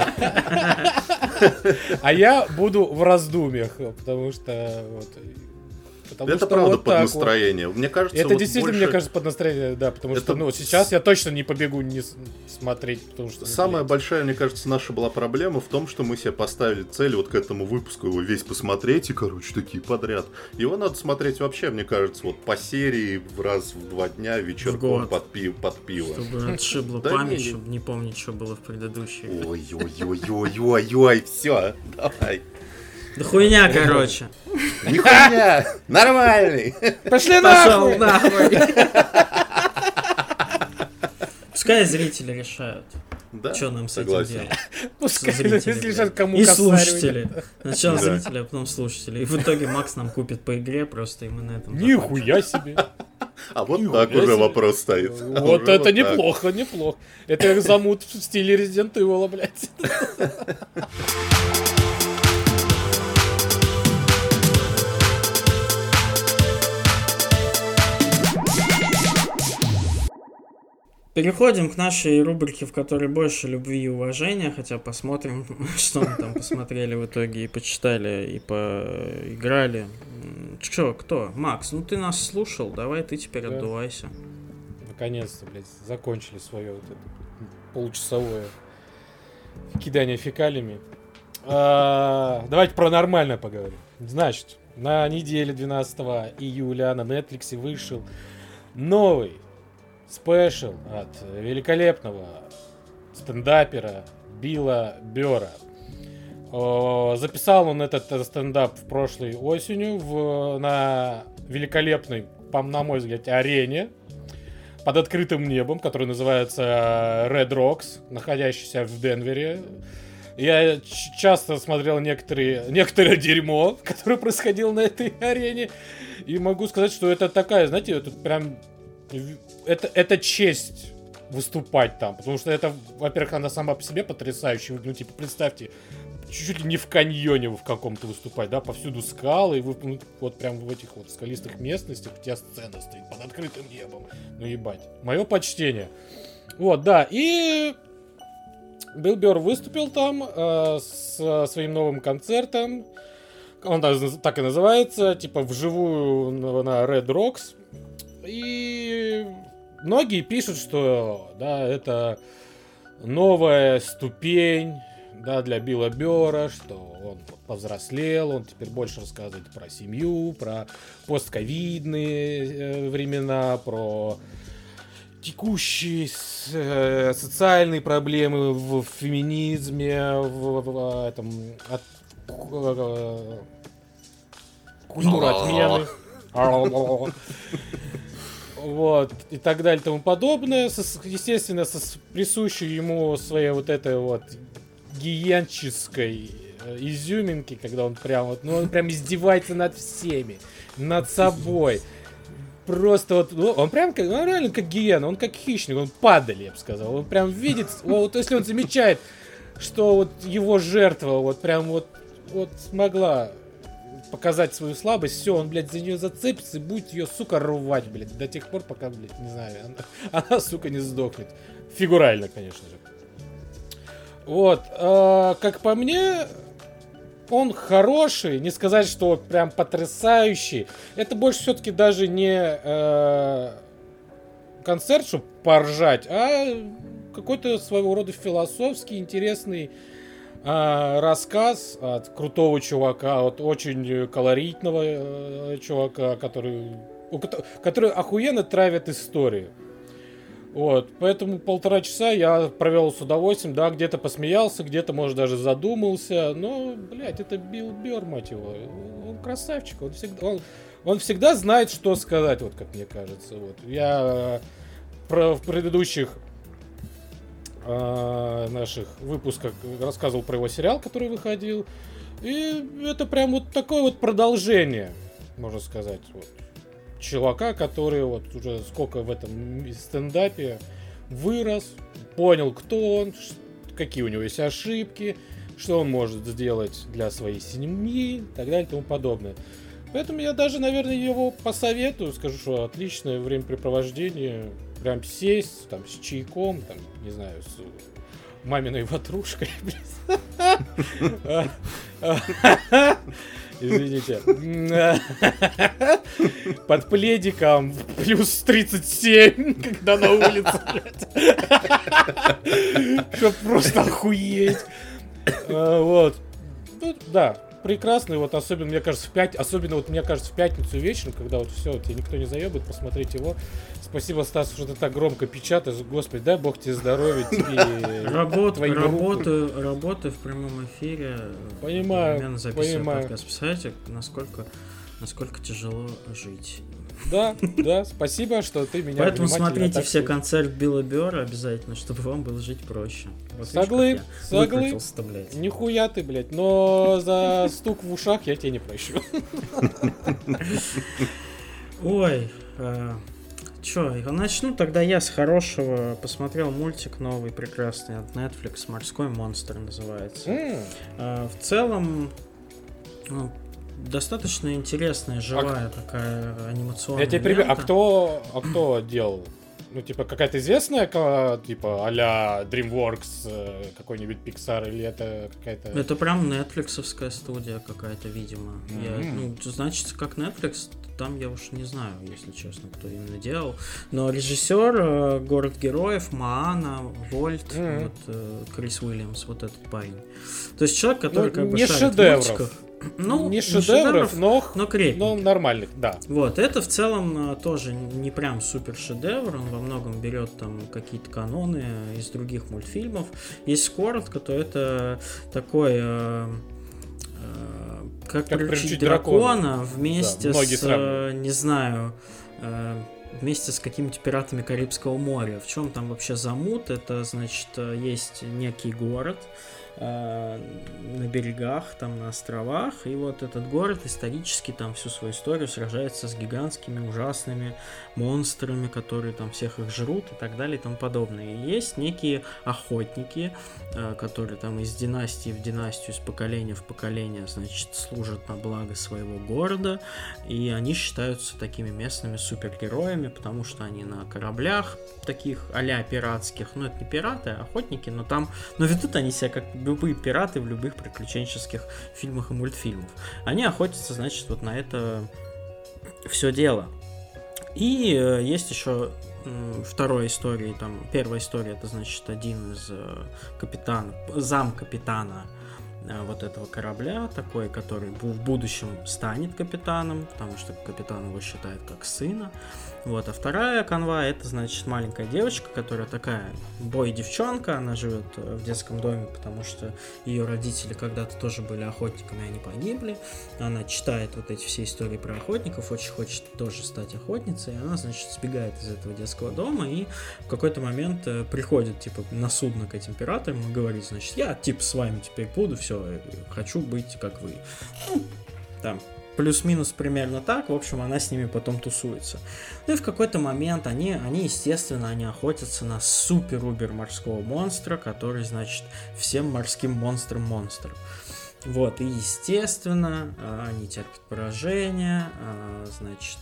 А я буду в раздумьях, потому что это правда под настроение. Мне кажется, это действительно, мне кажется, под настроение, да, потому что сейчас я точно не побегу не смотреть, потому что... Самая большая, мне кажется, наша была проблема в том, что мы себе поставили цель к этому выпуску его весь посмотреть, и, такие подряд. Его надо смотреть вообще, мне кажется, по серии раз в 2 дня вечерком под пиво. Чтобы отшибла память, чтобы не помнить, что было в предыдущей. Ой, все, давай. Да хуйня, короче. Не хуйня, нормальный. Пошли нахуй. Пускай зрители решают. Да, что нам с этим делать? Пускай решают, кому и слушатели. Сначала зрители, а потом слушатели. И в итоге Макс нам купит по игре просто, и мы на этом... Нихуя себе. А вот так уже вопрос стоит. Вот это неплохо. Это замут в стиле Resident Evil, блядь. Переходим к нашей рубрике, в которой больше любви и уважения, хотя посмотрим, что мы там посмотрели в итоге и почитали, и поиграли. Чё, кто? Макс, ты нас слушал, давай ты теперь отдувайся. Наконец-то, блядь, закончили свое получасовое кидание фекалиями. Давайте про нормальное поговорим. Значит, на неделе 12 июля на Netflix вышел новый спешл от великолепного стендапера Билла Бёрра. Записал он этот стендап в прошлой осенью на великолепной, на мой взгляд, арене под открытым небом, который называется Red Rocks, находящийся в Денвере. Я часто смотрел некоторое дерьмо, которое происходило на этой арене, и могу сказать, что это такая, знаете, это прям, это честь выступать там, потому что это, во-первых, она сама по себе потрясающая, ну, типа, представьте, чуть ли не в каньоне вы в каком-то выступать, да, повсюду скалы, и вы вот прям в этих вот скалистых местностях, у тебя сцена стоит под открытым небом, ну, ебать, мое почтение. Вот, да, и Билл Бёрр выступил там со своим новым концертом, он так и называется, типа, вживую на Red Rocks, и многие пишут, что, да, это новая ступень, да, для Билла Бёрра, что он повзрослел, он теперь больше рассказывает про семью, про постковидные времена, про текущие социальные проблемы в феминизме, в этом культура отмены. Вот, и так далее, и тому подобное. Естественно, с присущей ему своей вот этой вот гиенческой изюминки, когда он прям вот, ну, он прям издевается над всеми, над собой. Просто вот, ну, он прям, он реально как гиена, он как хищник, он падаль, я бы сказал. Он прям видит, вот если он замечает, что вот его жертва вот прям вот смогла показать свою слабость, все, он, блядь, за нее зацепится и будет ее, сука, рвать, блядь, до тех пор, пока, блядь, не знаю, она, сука, не сдохнет. Фигурально, конечно же. Вот, как по мне, он хороший, не сказать, что прям потрясающий. Это больше все-таки даже не концерт, чтобы поржать, а какой-то своего рода философский, интересный рассказ от крутого чувака, от очень колоритного чувака, который охуенно травит историю. Вот, поэтому 1,5 часа я провел с удовольствием, да, где-то посмеялся, где-то, может, даже задумался, но, блядь, это Билл Бёрр, мать его, он красавчик, он всегда знает, что сказать, вот, как мне кажется, вот. Я в предыдущих наших выпусках рассказывал про его сериал, который выходил, и это прям вот такое вот продолжение, можно сказать, вот. Чувака, который вот уже сколько в этом стендапе вырос, понял, кто он, какие у него есть ошибки, что он может сделать для своей семьи и так далее и тому подобное. Поэтому я даже, наверное, его посоветую, скажу, что отличное времяпрепровождение, прям сесть там с чайком, там, не знаю, с маминой ватрушкой, извините, под пледиком плюс 37, когда на улице, блядь. Чтоб просто охуеть. Вот. Ну, да, прекрасный, вот особенно, мне кажется, в пятницу вечером, когда вот все, тебя никто не заебает, посмотреть его. Спасибо, Стас, что ты так громко печатаешь. Господи, дай бог тебе здоровья, тебе работаю в прямом эфире. Понимаю. Подкаст. Представляете, насколько тяжело жить. Да, спасибо, что ты меня поэтому смотрите все концерты Билла Бёрра обязательно, чтобы вам было жить проще. Вот соглы. Нихуя ты, блядь, но за стук в ушах я тебе не прощу. Ой, чё, начну тогда я с хорошего. Посмотрел мультик новый, прекрасный, от Netflix, «Морской монстр» называется. В целом, достаточно интересная, живая такая анимационная лента. А кто делал? Ну, типа, какая-то известная, типа, а-ля DreamWorks, какой-нибудь Pixar, или это какая-то... Это прям нетфликсовская студия какая-то, видимо. Значит, как Netflix, там я уж не знаю, если честно, кто именно делал. Но режиссер «Город героев», «Моана», «Вольт», Крис Уильямс, вот этот парень. То есть человек, который как бы шарит в мультиках. Ну, не шедевров, но крепких. Но нормальных, да. Вот, это в целом тоже не прям супер шедевр, он во многом берет там какие-то каноны из других мультфильмов. Если коротко, то это такой... Как приручить дракона вместе с, не знаю, вместе с какими-то пиратами Карибского моря. В чем там вообще замут? Это, значит, есть некий город на берегах, там на островах, и вот этот город исторически там всю свою историю сражается с гигантскими ужасными монстрами, которые там всех их жрут и так далее и тому подобное. И есть некие охотники, которые там из династии в династию, из поколения в поколение, значит, служат на благо своего города, и они считаются такими местными супергероями, потому что они на кораблях таких а-ля пиратских, ну это не пираты, а охотники, но ведут они себя как любые пираты в любых приключенческих фильмах и мультфильмах. Они охотятся, значит, вот на это все дело. И есть еще второй истории, там, первая история, это, значит, один из зам-капитана вот этого корабля, такой, который в будущем станет капитаном, потому что капитан его считает как сына. Вот, а вторая канва, это, значит, маленькая девочка, которая такая бой-девчонка, она живет в детском доме, потому что ее родители когда-то тоже были охотниками, и они погибли. Она читает вот эти все истории про охотников, очень хочет тоже стать охотницей, и она, значит, сбегает из этого детского дома, и в какой-то момент приходит, типа, на судно к этим пиратам и говорит, значит, я, типа, с вами теперь буду, все, хочу быть как вы. Ну, там, плюс-минус примерно так, в общем, она с ними потом тусуется. Ну и в какой-то момент они естественно, они охотятся на супер-убер морского монстра, который, значит, всем морским монстрам монстр. Вот, и естественно, они терпят поражение, значит,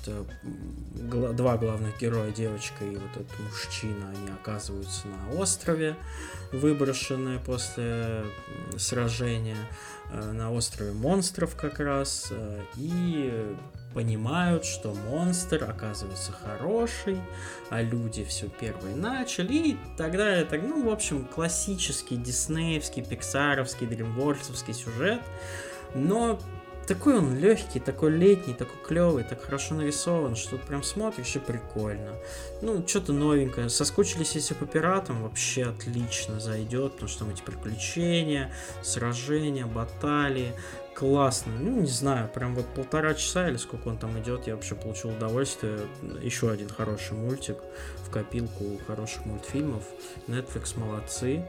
два главных героя, девочка и вот этот мужчина, они оказываются на острове, выброшенные после сражения, на острове монстров как раз, и понимают, что монстр оказывается хороший, а люди все первые начали, и так далее. Так, ну, в общем, классический диснеевский, пиксаровский, дримворксовский сюжет, но такой он легкий, такой летний, такой клевый, так хорошо нарисован, что прям смотришь и прикольно. Ну, что-то новенькое. Соскучились, если по пиратам, вообще отлично зайдет, потому что там эти приключения, сражения, баталии. Классно. Ну, не знаю, прям вот 1,5 часа или сколько он там идет, я вообще получил удовольствие. Еще один хороший мультик в копилку хороших мультфильмов. Netflix молодцы.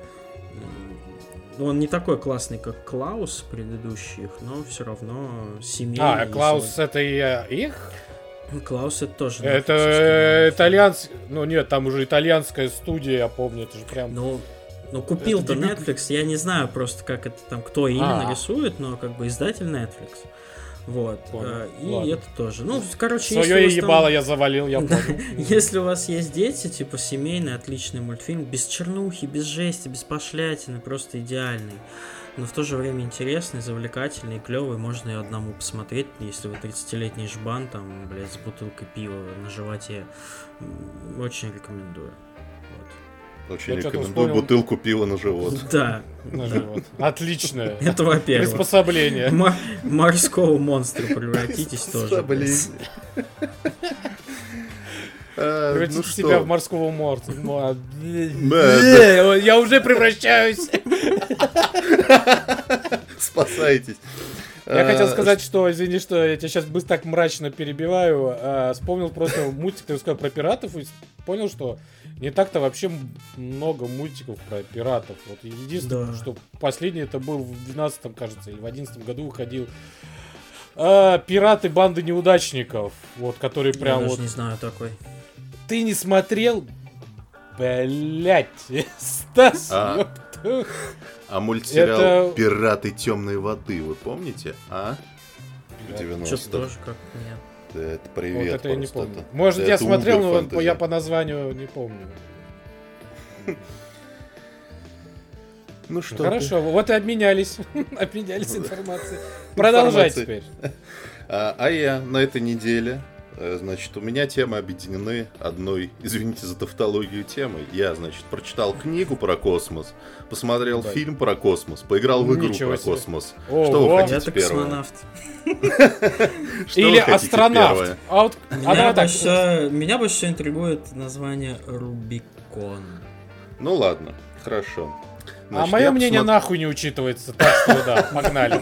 Он не такой классный, как Клаус предыдущих, но все равно семейный. А, Клаус это и их? Клаус это тоже. Это итальянский. Ну нет, там уже итальянская студия, я помню, это же прям. Ну, купил-то Netflix, я не знаю просто, как это там, кто именно рисует, но как бы издатель Netflix. Вот. И ладно. Это тоже. Ну, короче, свое ебало я завалил, я понял. Если у вас есть дети, типа семейный, отличный мультфильм, без чернухи, без жести, без пошлятины, просто идеальный. Но в то же время интересный, завлекательный, клевый, можно и одному посмотреть, если вы 30-летний жбан, там, блядь, с бутылкой пива на животе. Очень рекомендую. Очень рекомендую бутылку пива на живот. Да. На живот. Отличное. Это во-первых. Приспособление. Морского монстра превратитесь тоже. Превратите себя в морского монстра. Я уже превращаюсь. Спасайтесь. Я хотел сказать, что, извини, что я тебя сейчас быстро так мрачно перебиваю. Вспомнил просто мультик, ты сказал про пиратов, и понял, что не так-то вообще много мультиков про пиратов. Вот единственное, что последний это был в 12-м, кажется, или в 11-м году выходил «Пираты банды неудачников», вот, который прям я вот... даже не знаю такой. Ты не смотрел? Блять, Стас, ёпту. А мультсериал «Пираты темной воды» вы помните? А? 90-х. Что-то тоже как нет. Это привет. Вот это я не помню. Может, я смотрел, но я по названию не помню. Ну что? Хорошо, вот и обменялись. Обменялись информацией. Продолжай теперь. А я на этой неделе, значит, у меня темы объединены одной, извините за тавтологию, темой. Я, значит, прочитал книгу про космос, посмотрел фильм про космос, поиграл в игру про космос. Что вы хотите первое? Космонавт. Или астронавт. Меня больше всего интригует название Рубикон. Ну ладно, хорошо. Значит, мое мнение нахуй не учитывается, так что да, погнали.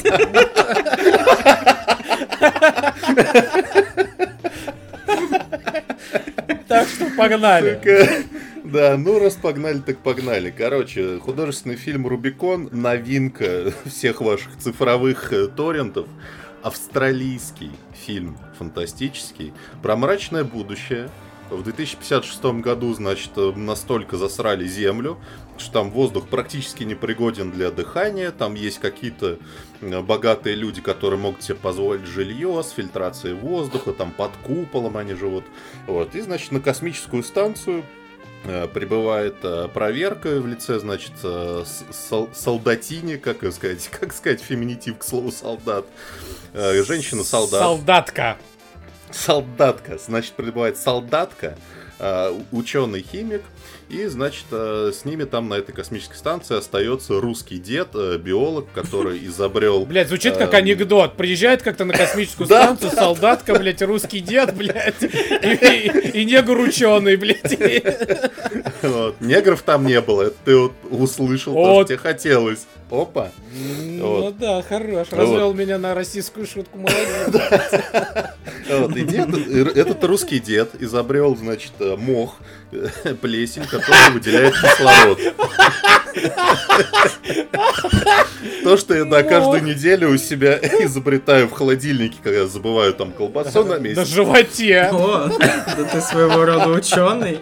Так что погнали. Да, ну раз погнали, так погнали. Короче, художественный фильм «Рубикон», новинка всех ваших цифровых торрентов. Австралийский фильм, фантастический, про мрачное будущее. В 2056 году, значит, настолько засрали Землю, что там воздух практически непригоден для дыхания. Там есть какие-то богатые люди, которые могут себе позволить жилье с фильтрацией воздуха, там под куполом они живут. Вот. И, значит, на космическую станцию прибывает проверка в лице, значит, солдатини, как сказать феминитив к слову солдат. Женщина-солдат. Солдатка. Значит, прибывает солдатка, ученый-химик, и, значит, с ними там на этой космической станции остается русский дед, биолог, который изобрел... Блядь, звучит как анекдот. Приезжает как-то на космическую станцию, солдатка, блядь, русский дед, блядь, и негр ученый, блядь. Вот. Негров там не было, это ты вот услышал, то, что тебе хотелось. Опа. Ну вот. Да, хорош. Развел меня на российскую шутку, молодец. Вот. Этот русский дед изобрел, значит, мох, плесень, который выделяет кислород. То, что я каждую неделю у себя изобретаю в холодильнике, когда забываю там колбасу на месте. На животе. О, да ты своего рода ученый.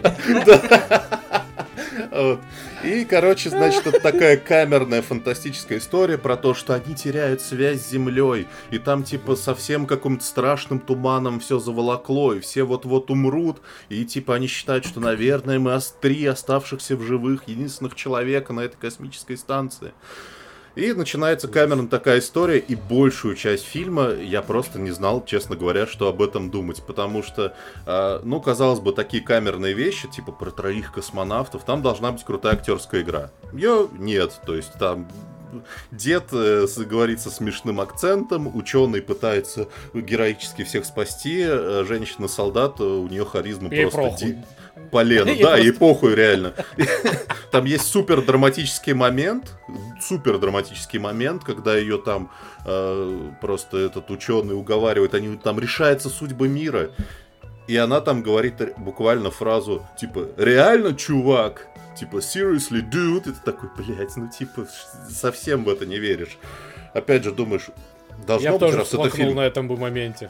Вот. И, короче, значит, это такая камерная фантастическая история про то, что они теряют связь с Землей, и там, типа, совсем каким-то страшным туманом все заволокло, и все вот-вот умрут, и, типа, они считают, что, наверное, мы три оставшихся в живых, единственных человека на этой космической станции. И начинается камерная такая история, и большую часть фильма я просто не знал, честно говоря, что об этом думать. Потому что, ну, казалось бы, такие камерные вещи, типа про 3 космонавтов, там должна быть крутая актерская игра. Ее нет, то есть там... Дед говорит со смешным акцентом, ученый пытается героически всех спасти, женщина-солдат, у нее харизма просто полено. Да, ей похуй реально. Там есть супер драматический момент, когда ее там просто этот ученый уговаривает, они там решаются судьбы мира. И она там говорит буквально фразу, типа, реально, чувак? Типа, seriously, dude? И ты такой, блядь, ну типа, совсем в это не веришь. Опять же, думаешь, должно быть, раз это фильм... на этом бы моменте.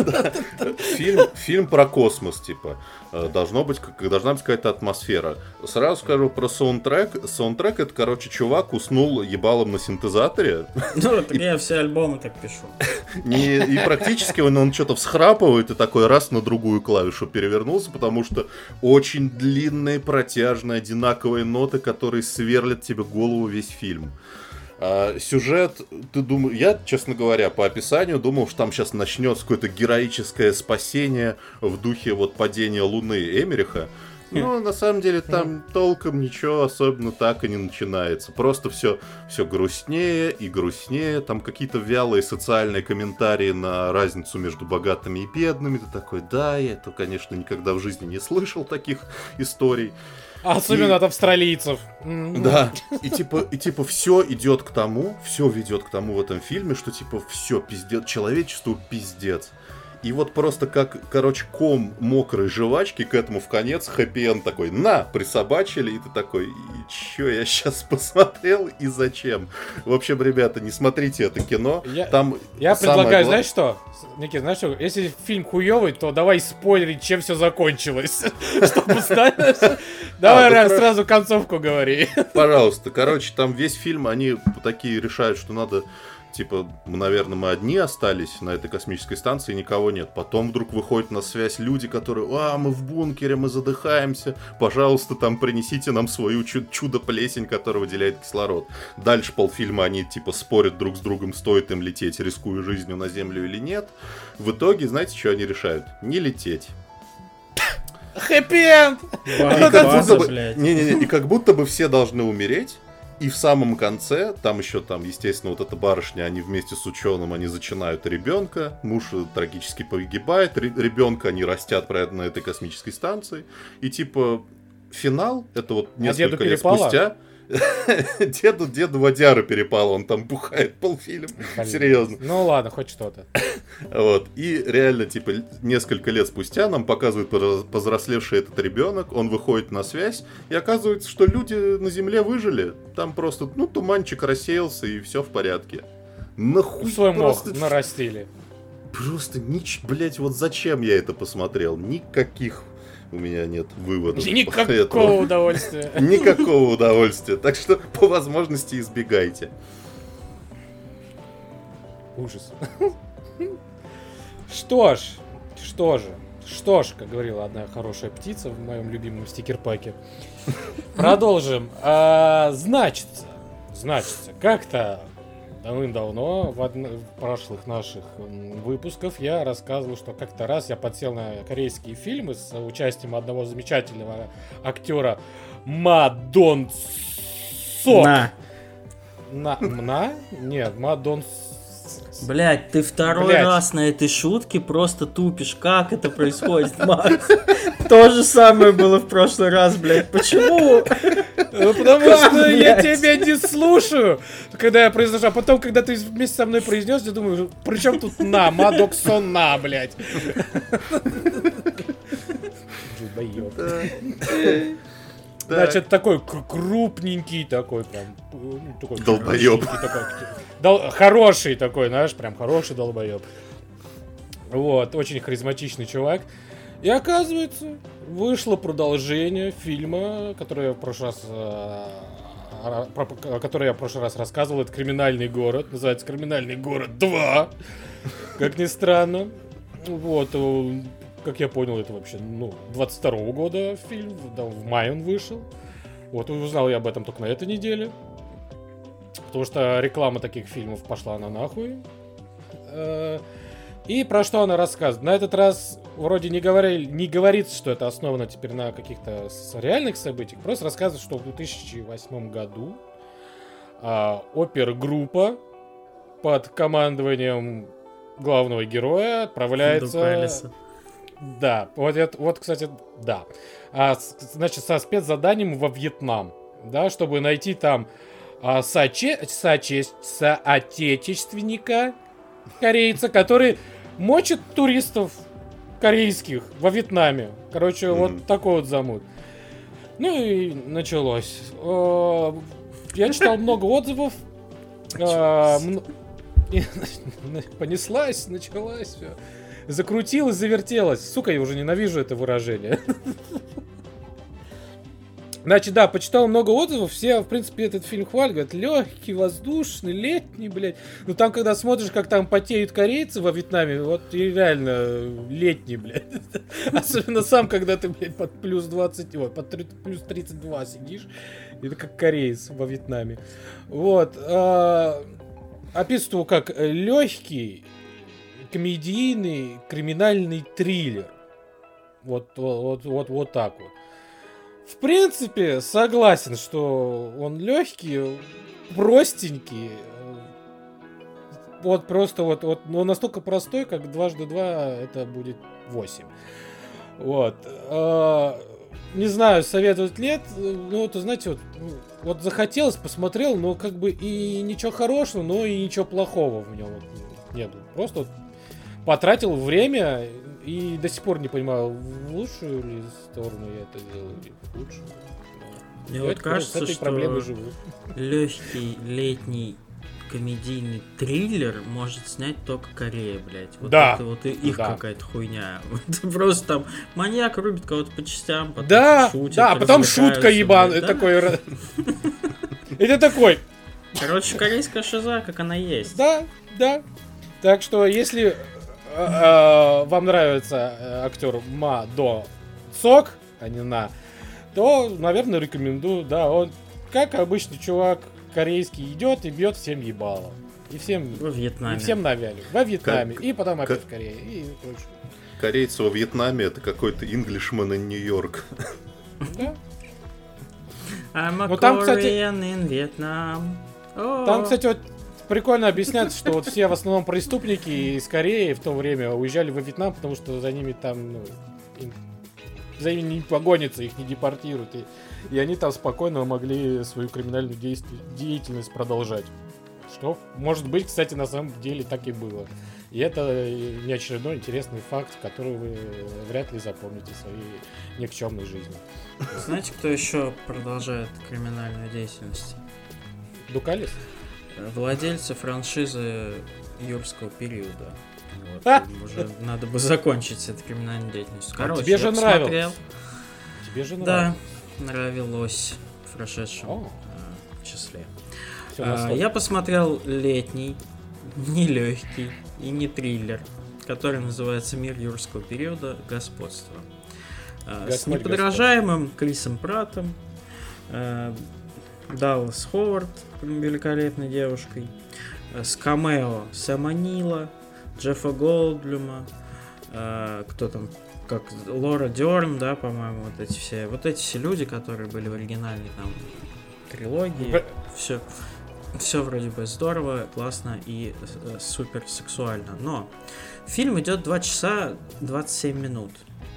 Фильм про космос, типа. Должна быть какая-то атмосфера. Сразу скажу про саундтрек. Саундтрек — это, короче, чувак уснул ебалом на синтезаторе. Ну, я все альбомы так пишу. И практически он что-то всхрапывает и такой раз на другую клавишу перевернулся, потому что очень длинные, протяжные, одинаковые ноты, которые сверлят тебе голову весь фильм. Сюжет, я, честно говоря, по описанию думал, что там сейчас начнется какое-то героическое спасение в духе вот падения Луны Эммериха. Но на самом деле там толком ничего особенно так и не начинается. Просто все грустнее и грустнее. Там какие-то вялые социальные комментарии на разницу между богатыми и бедными. Ты такой, да, я это, конечно, никогда в жизни не слышал таких историй. Особенно от австралийцев. Да, и типа все идет к тому, все ведет к тому в этом фильме, что типа все пиздец, человечеству пиздец. И вот просто как, короче, ком мокрой жвачки к этому в конец хэппи-энд такой, на, присобачили, и ты такой, и чё я сейчас посмотрел и зачем? В общем, ребята, не смотрите это кино. Я предлагаю, знаешь что? Никит, знаешь что? Если фильм хуёвый, то давай спойлерить, чем все закончилось. Чтобы знать. Давай сразу концовку говори. Пожалуйста. Короче, там весь фильм, они такие решают, что надо типа, наверное, мы одни остались на этой космической станции, никого нет. Потом вдруг выходят на связь люди, которые: мы в бункере, мы задыхаемся, пожалуйста, там принесите нам свою чудо-плесень, которая выделяет кислород. Дальше полфильма они, типа, спорят друг с другом, стоит им лететь, рискуя жизнью на Землю или нет. В итоге, знаете, что они решают? Не лететь. Хэппи-энд! Не-не-не, и как будто бы все должны умереть. И в самом конце, естественно, вот эта барышня, они вместе с ученым, они зачинают ребенка, муж трагически погибает, ребенка они растят на этой космической станции, и типа финал, это вот несколько лет спустя, деду водяру перепало, он там бухает полфильма, серьезно. Ну ладно, хоть что-то. Вот, и реально, типа, несколько лет спустя нам показывают повзрослевший этот ребенок, он выходит на связь, и оказывается, что люди на Земле выжили, там просто, туманчик рассеялся, и все в порядке. Нахуй свой мох нарастили. Просто, блять, вот зачем я это посмотрел? Никаких у меня нет выводов. Никакого удовольствия. Никакого удовольствия. Так что, по возможности, избегайте. Ужас. Что ж, как говорила одна хорошая птица в моем любимом стикер-паке. Продолжим. Значится, как-то давным-давно в прошлых наших выпусках я рассказывал, что как-то раз я подсел на корейские фильмы с участием одного замечательного актера Ма Дон Сок. Нет, Ма Дон Сок. Блять, ты второй раз на этой шутке просто тупишь. Как это происходит, Макс? То же самое было в прошлый раз, блять. Почему? Потому что я тебя не слушаю, когда я произношу. А потом, когда ты вместе со мной произнес, я думаю, при чем тут Мадоксона, блять? Значит, такой крупненький, такой прям... Долбоеб. Хороший такой, знаешь, прям хороший долбоеб. Вот, очень харизматичный чувак. И оказывается, вышло продолжение фильма, который я в прошлый раз рассказывал. Это «Криминальный город». Называется «Криминальный город 2». Как ни странно. Вот, как я понял, это вообще, 22-го года фильм, в мае он вышел. Вот, узнал я об этом только на этой неделе. Потому что реклама таких фильмов пошла на нахуй. И про что она рассказывает? На этот раз вроде не говорится, что это основано теперь на каких-то реальных событиях. Просто рассказывает, что в 2008 году опергруппа под командованием главного героя отправляется... Да, вот, кстати, да. Значит, со спецзаданием во Вьетнам, да, чтобы найти там соотечественника корейца, который мочит туристов корейских во Вьетнаме. Короче, вот такой вот замут. Ну и началось. Я читал много отзывов. Понеслась, началась, все. Закрутилась, завертелась. Сука, я уже ненавижу это выражение. Значит, да, почитал много отзывов, все, в принципе, этот фильм хвалят, говорят, легкий, воздушный, летний, блядь. Ну там, когда смотришь, как там потеют корейцы во Вьетнаме, вот и реально летний, блядь. Особенно сам, когда ты, блядь, под плюс 20, под плюс 32 сидишь, это как кореец во Вьетнаме. Вот. Описывают его как легкий, комедийный, криминальный триллер. Вот так вот. В принципе, согласен, что он легкий, простенький. Вот просто вот он настолько простой, как 2 × 2 это будет 8. Вот. Не знаю, советовать нет. Ну, это, знаете, вот захотелось, посмотрел, но как бы и ничего хорошего, но и ничего плохого в нем нет. Просто потратил время и до сих пор не понимаю, в лучшую ли сторону я это делаю, или в худшую. Мне вот кажется, что легкий летний комедийный триллер может снять только Корея, блядь. Вот да. Это вот их какая-то хуйня. Просто там маньяк рубит кого-то по частям, потом шутит. Да, потом шутка ебаная. Такой... Это такой... Короче, корейская шиза, как она есть. Да. Так что, если вам нравится актер Ма До Сок, а не На, то, наверное, рекомендую. Да, он, как обычный чувак корейский, идет и бьет всем ебало. И всем во Вьетнаме. И всем навяли. Во Вьетнаме. И потом опять в Корее. И прочее. Корейцы во Вьетнаме — это какой-то Englishman in New York. Да. I'm a Ну, там, кстати, Korean in Vietnam. Там, кстати, вот прикольно объясняется, что вот все в основном преступники из Кореи в то время уезжали во Вьетнам, потому что за ними там, за ними не погонятся, их не депортируют. И они там спокойно могли свою криминальную деятельность продолжать. Что, может быть, кстати, на самом деле так и было. И это не очередной интересный факт, который вы вряд ли запомните в своей никчемной жизни. Знаете, кто еще продолжает криминальную деятельность? Дукалис? Владельцы франшизы юрского периода. Вот, уже надо бы закончить с этой криминальной деятельностью. Короче, тебе же нравилось. Смотрел. Тебе же нравилось. Да, нравилось в прошедшем числе. Все, я посмотрел летний, нелегкий и не триллер, который называется «Мир юрского периода. Господство». С неподражаемым Крисом Праттом, Даллас Ховард, великолепной девушкой, с камео Сэма Нила, Джеффа Голдблюма, кто там, как Лора Дёрн, да, по-моему, вот эти все люди, которые были в оригинальной там трилогии, все вроде бы здорово, классно и супер сексуально. Но фильм идет 2 часа 27 минут.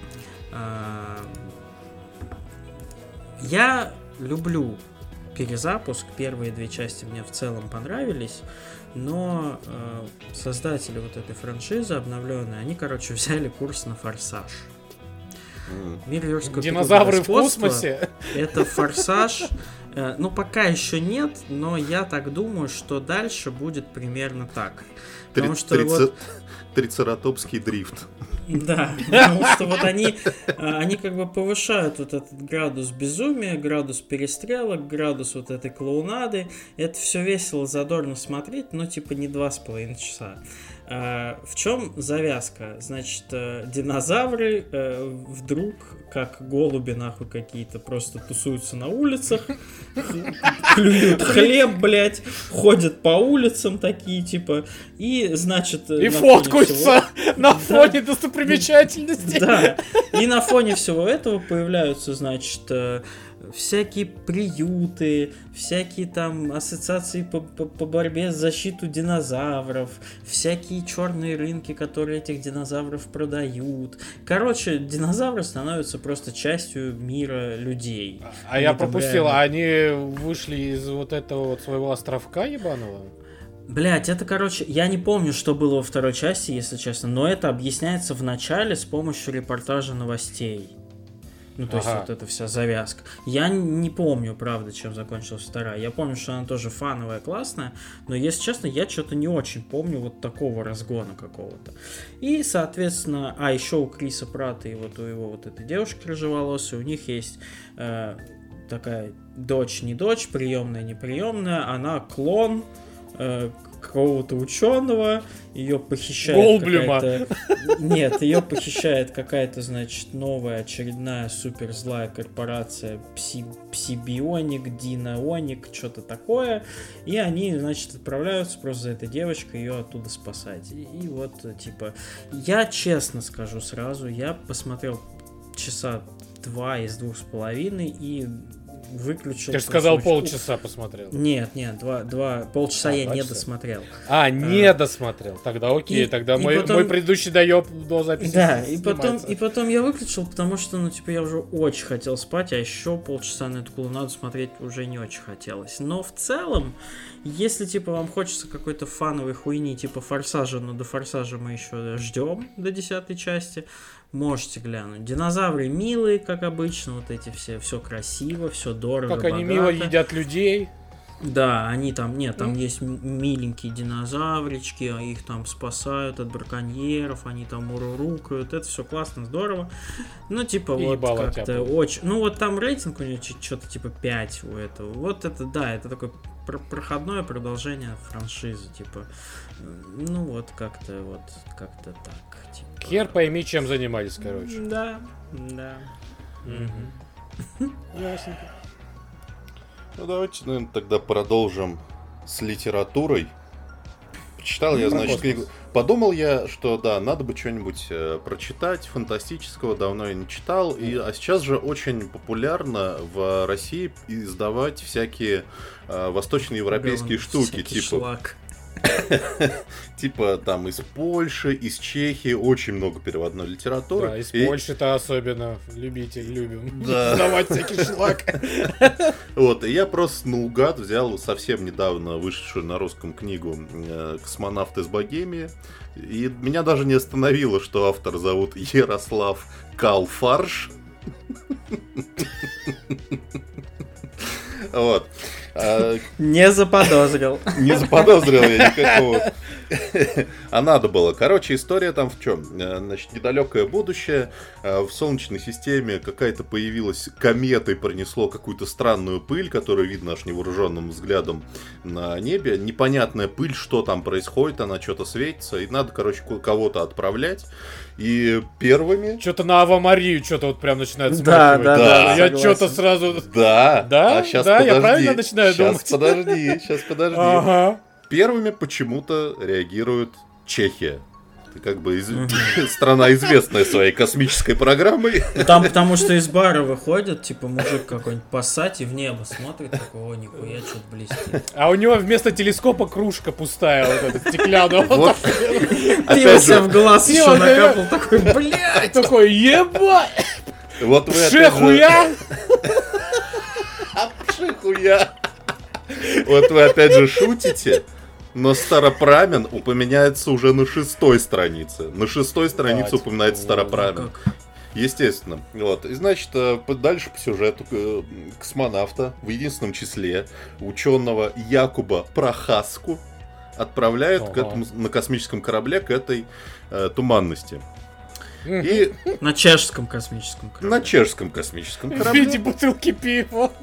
Я люблю перезапуск. Первые 2 части мне в целом понравились. Но создатели вот этой франшизы обновленные, они, короче, взяли курс на «Форсаж». Мир юрского периода. Динозавры в космосе. Это «Форсаж». Ну, пока еще нет, но я так думаю, что дальше будет примерно так. Потому что Трицератопский дрифт. Да, потому что вот они как бы повышают вот этот градус безумия, градус перестрелок, градус вот этой клоунады. Это все весело, задорно смотреть, но типа не 2,5 часа. В чем завязка? Значит, динозавры вдруг, как голуби нахуй какие-то, просто тусуются на улицах, клюют хлеб, блять, ходят по улицам такие, типа, и, значит... И фоткаются на фоне достопримечательностей. Да, и на фоне всего этого появляются, значит... всякие приюты, всякие там ассоциации по борьбе за защиту динозавров, всякие черные рынки, которые этих динозавров продают. Короче, динозавры становятся просто частью мира людей. А я пропустил, они вышли из вот этого вот своего островка ебаного? Блять, это, короче, я не помню, что было во второй части, если честно, но это объясняется в начале с помощью репортажа новостей. Ну, то есть вот эта вся завязка. Я не помню, правда, чем закончилась вторая. Я помню, что она тоже фановая, классная, но, если честно, я что-то не очень помню вот такого разгона какого-то. И, соответственно, еще у Криса Пратта и вот у его вот этой девушки рыжеволосой, у них есть такая дочь, не дочь, приемная, не приемная, она клон какого-то ученого, ее похищает какая-то... Нет, ее похищает какая-то, значит, новая, очередная суперзлая корпорация Псибионик, Динооник, что-то такое, и они, значит, отправляются просто за этой девочкой ее оттуда спасать. И вот, типа, я честно скажу сразу, я посмотрел часа 2 из 2,5 и выключил. Ты же сказал полчаса посмотрел. Нет, полчаса я не досмотрел. Не досмотрел. Тогда окей, тогда мой предыдущий доеб до записи. Да, и потом я выключил, потому что, ну, типа, я уже очень хотел спать, а еще полчаса на эту клоунаду смотреть уже не очень хотелось. Но в целом, если, типа, вам хочется какой-то фановой хуйни, типа «Форсажа», но до «Форсажа» мы еще ждем до 10 части, можете глянуть. Динозавры милые, как обычно, вот эти все красиво, все дорого, как богато. они мило едят людей. Да, они там, нет, там есть миленькие динозаврички, а их там спасают от браконьеров, они там урурукают, это все классно, здорово. Ну, типа, и вот как-то очень... Ну, вот там рейтинг у него что-то типа 5 у этого. Вот это, да, это такое проходное продолжение франшизы, типа. Ну, вот как-то так. Типа... Хер пойми, чем занимались, короче. Да. Ясненько. Ну, давайте, наверное, тогда продолжим с литературой. Почитал я, значит, книгу. Подумал я, что да, надо бы что-нибудь прочитать фантастического, давно я не читал. А сейчас же очень популярно в России издавать всякие восточноевропейские штуки, типа там из Польши, из Чехии, очень много переводной литературы. Да, из Польши-то особенно любим издавать всякий шлак. Вот, и я просто наугад взял совсем недавно вышедшую на русском книгу «Космонавт из Богемии». И меня даже не остановило, что автор зовут Ярослав Калфарш. Вот. Не заподозрил. Не заподозрил я никакого. А надо было. Короче, история там в чем? Значит, недалекое будущее. В Солнечной системе какая-то появилась комета и принесло какую-то странную пыль, которую видно аж невооруженным взглядом на небе. Непонятная пыль, что там происходит, она что-то светится. И надо, короче, кого-то отправлять. И первыми... Что-то на Ава-Марию что-то вот прям начинает смахивать. Да. Я что-то сразу... Да? Да? А сейчас да, подожди. Я правильно начинаю думать? Сейчас подожди. Ага. Первыми почему-то реагирует Чехия. Это как бы страна, известная своей космической программой. Там потому что из бара выходит, типа, мужик какой-нибудь поссать и в небо смотрит, такого нихуя что-то блестит. А у него вместо телескопа кружка пустая, вот эта стеклянная. Вот. Пиво себе в глаз еще накапал, такой, блядь! Такой, ебать! Вот вы Пшехуя! Пшехуя! Вот вы опять же шутите, но Старопрамен упоминается уже на 6-й странице. На 6-й странице упоминается Старопрамен. Естественно. Вот. И значит, дальше по сюжету космонавта в единственном числе ученого Якуба Прохаску отправляют к этому, на космическом корабле к этой туманности. И... На чешском космическом корабле. На чешском космическом корабле. В виде бутылки пива.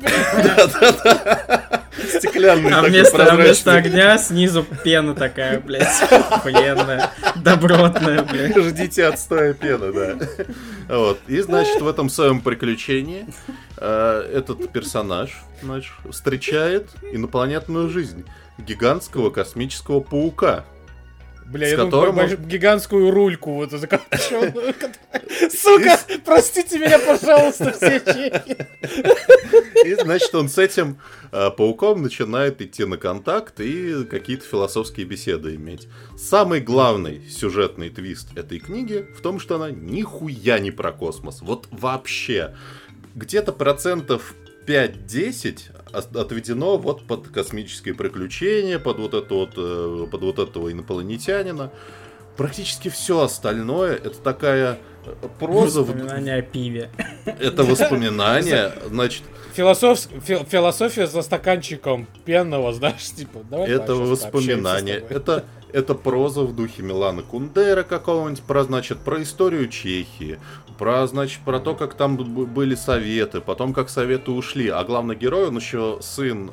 Да. Стеклянный а такой вместо огня снизу пена такая, блядь, охуенная, добротная, блядь. Ждите отстоя пены, да. Вот. И, значит, в этом своем приключении этот персонаж, значит, встречает инопланетную жизнь гигантского космического паука. Бля, я думаю, гигантскую рульку вот эту закопченную. Сука, простите меня, пожалуйста, все чехи. И, значит, он с этим пауком начинает идти на контакт и какие-то философские беседы иметь. Самый главный сюжетный твист этой книги в том, что она нихуя не про космос. Вот вообще. Где-то 5-10% отведено вот под космические приключения, под вот этого инопланетянина. Практически все остальное это такая проза. Воспоминания о пиве. Это воспоминания, значит. Философия за стаканчиком пенного, знаешь, типа. Это воспоминания. Это проза в духе Милана Кундера какого-нибудь, про историю Чехии, про то, как там были советы, потом как советы ушли. А главный герой, он еще сын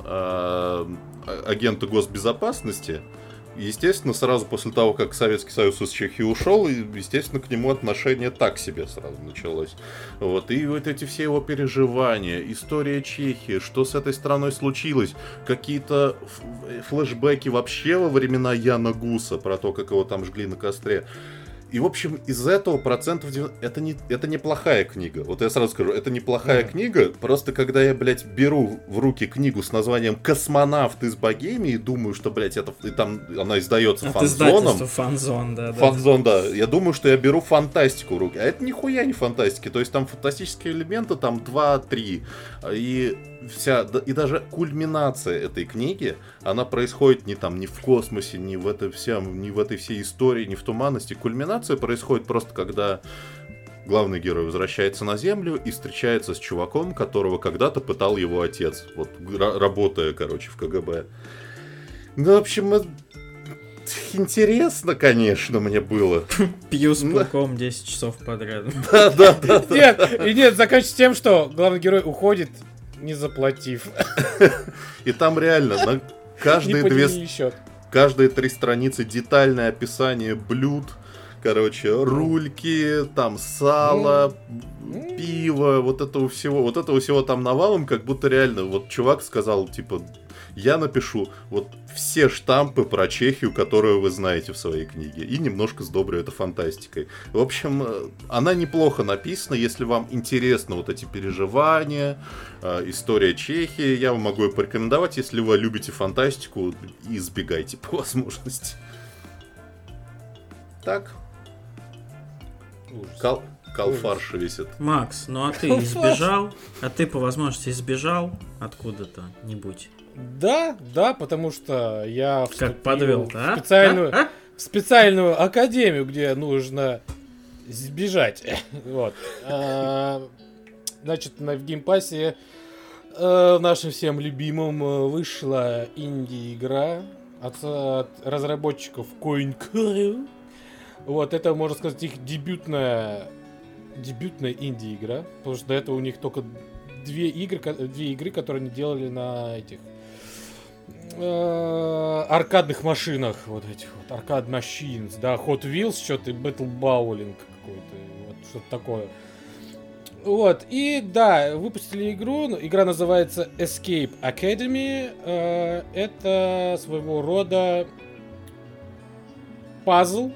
агента госбезопасности. Естественно, сразу после того, как Советский Союз из Чехии ушел, естественно, к нему отношение так себе сразу началось. Вот. И вот эти все его переживания, история Чехии, что с этой страной случилось, какие-то флешбеки вообще во времена Яна Гуса, про то, как его там жгли на костре. И, в общем, из этого 90%... Это неплохая книга. Вот я сразу скажу, это неплохая книга. Просто когда я, блядь, беру в руки книгу с названием «Космонавт из Богемии» и думаю, что, блядь, это и там она издается фанзоном. Фанзон, да. Фанзон, да. Я думаю, что я беру фантастику в руки. А это нихуя не фантастики. То есть там фантастические элементы, там 2-3. И даже кульминация этой книги, она происходит не в космосе, не в этой всей истории, не в туманности. Кульминация происходит просто, когда главный герой возвращается на Землю и встречается с чуваком, которого когда-то пытал его отец, вот работая, короче, в КГБ. Ну, в общем, интересно, конечно, мне было. Пью с пауком 10 часов подряд. Да. Нет, заканчивается тем, что главный герой уходит, не заплатив. И там реально на каждые 3 страницы детальное описание блюд, короче, рульки, там сало, пиво, вот этого всего там навалом, как будто реально, вот чувак сказал, типа, я напишу вот все штампы про Чехию, которые вы знаете в своей книге, и немножко сдобрю это фантастикой. В общем, она неплохо написана, если вам интересны вот эти переживания, история Чехии, я вам могу ее порекомендовать, если вы любите фантастику, избегайте по возможности. Так. Калфарша висит. Макс, ну а ты избежал? А ты по возможности избежал откуда-то нибудь? Да, потому что я подвел, в специальную академию, где нужно сбежать. Вот. Значит, в геймпассе нашим всем любимым вышла инди-игра от разработчиков CoinCore. Вот, это, можно сказать, их дебютная инди-игра, потому что до этого у них только две игры, которые они делали на этих аркадных машинах, вот этих вот, Arcade Machines, да, Hot Wheels, что-то, Battle Bowling какой-то, вот, что-то такое. Вот, и да, выпустили игру, игра называется Escape Academy, это своего рода пазл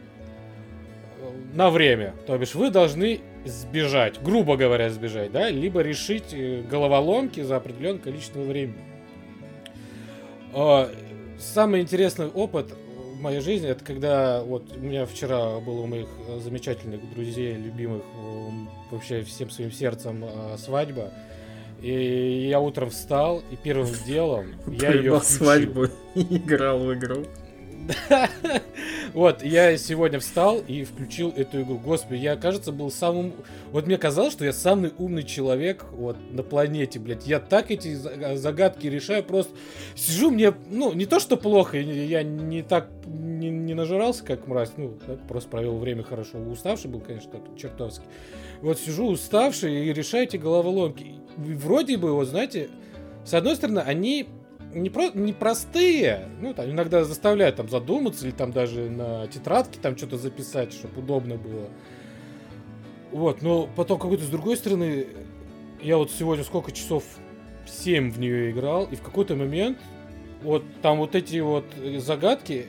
на время, то бишь вы должны сбежать, грубо говоря, сбежать, да, либо решить головоломки за определенное количество времени. Самый интересный опыт в моей жизни, это когда вот у меня вчера был у моих замечательных друзей, любимых, вообще всем своим сердцем свадьба. И я утром встал, и первым делом я ее включил. Свадьбу и играл в игру. Вот, я сегодня встал и включил эту игру. Господи, я, кажется, был самым... Вот мне казалось, что я самый умный человек вот на планете, блядь. Я так эти загадки решаю, просто сижу, мне, ну, не то что плохо, я не так, не нажирался, как мразь, ну, так, просто провел время хорошо. Уставший был, конечно, чертовски. Вот сижу уставший и решаю эти головоломки. И вроде бы, вот, знаете, с одной стороны, они... не простые, ну, там, иногда заставляют там задуматься или там даже на тетрадке там что-то записать, чтобы удобно было. Вот, но потом какой-то с другой стороны, я вот сегодня сколько часов, 7 в нее играл, и в какой-то момент вот там вот эти вот загадки,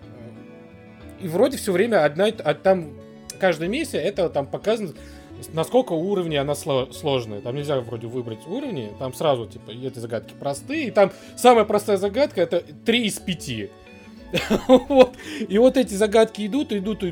и вроде все время одна, там каждая миссия, это там показано, насколько уровни она сложная. Там нельзя вроде выбрать уровни. Там сразу, типа, эти загадки простые. И там самая простая загадка — это 3 из 5. Вот. И вот эти загадки идут.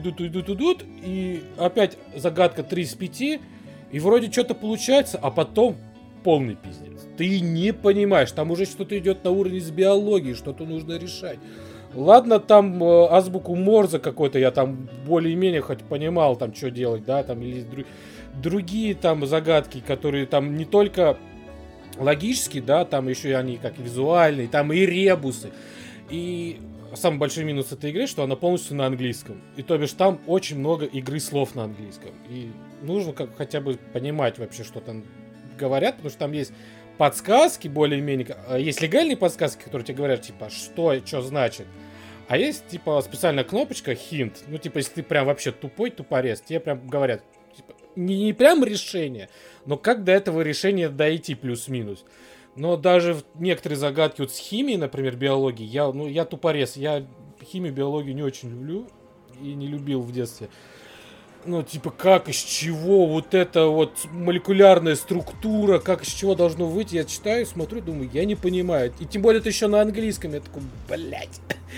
И опять загадка 3 из 5. И вроде что-то получается, а потом полный пиздец. Ты не понимаешь. Там уже что-то идет на уровне с биологией. Что-то нужно решать. Ладно, там азбуку Морзе какой-то я там более-менее хоть понимал, там, что делать, да, там, или другие там загадки, которые там не только логические, да, там еще и они как визуальные, там и ребусы. И самый большой минус этой игры, что она полностью на английском. И то бишь там очень много игры слов на английском. И нужно как хотя бы понимать вообще, что там говорят, потому что там есть подсказки более-менее, есть легальные подсказки, которые тебе говорят, типа, что значит. А есть, типа, специальная кнопочка hint. Ну, типа, если ты прям вообще тупорез, тебе прям говорят, типа, не прям решение, но как до этого решения дойти плюс-минус. Но даже в некоторые загадки, вот с химией, например, биологии, я тупорез, я химию, биологию не очень люблю и не любил в детстве. Ну, типа, как, из чего, вот эта вот молекулярная структура, как, из чего должно выйти, я читаю, смотрю, думаю, я не понимаю. И тем более это еще на английском, я такой, блять.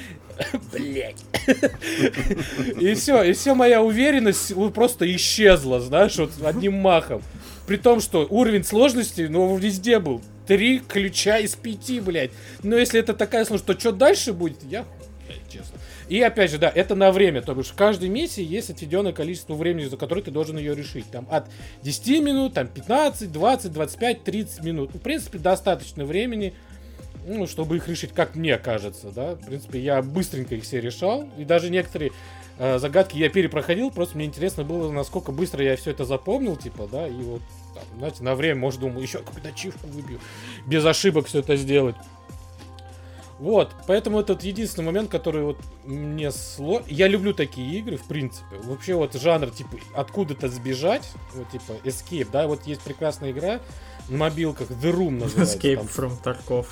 И все, моя уверенность просто исчезла, знаешь, вот одним махом. При том, что уровень сложности, ну, везде был 3 ключа из 5, блядь. Но если это такая сложность, то что дальше будет, честно. И опять же, да, это на время, то бишь в каждой миссии есть отведенное количество времени, за которое ты должен ее решить. Там от 10 минут, там 15, 20, 25, 30 минут. В принципе, достаточно времени, ну, чтобы их решить, как мне кажется, да. В принципе, я быстренько их все решал, и даже некоторые загадки я перепроходил, просто мне интересно было, насколько быстро я все это запомнил, типа, да, и вот, там, знаете, на время, может, думаю, еще какую-то ачивку выбью, без ошибок все это сделать. Вот, поэтому этот единственный момент, который вот мне сложно. Я люблю такие игры, в принципе. Вообще вот жанр, типа, откуда-то сбежать, вот типа Escape, да, вот есть прекрасная игра на мобилках, The Room называется. Escape from Tarkov.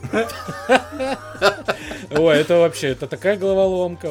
Ой, это вообще, это такая головоломка.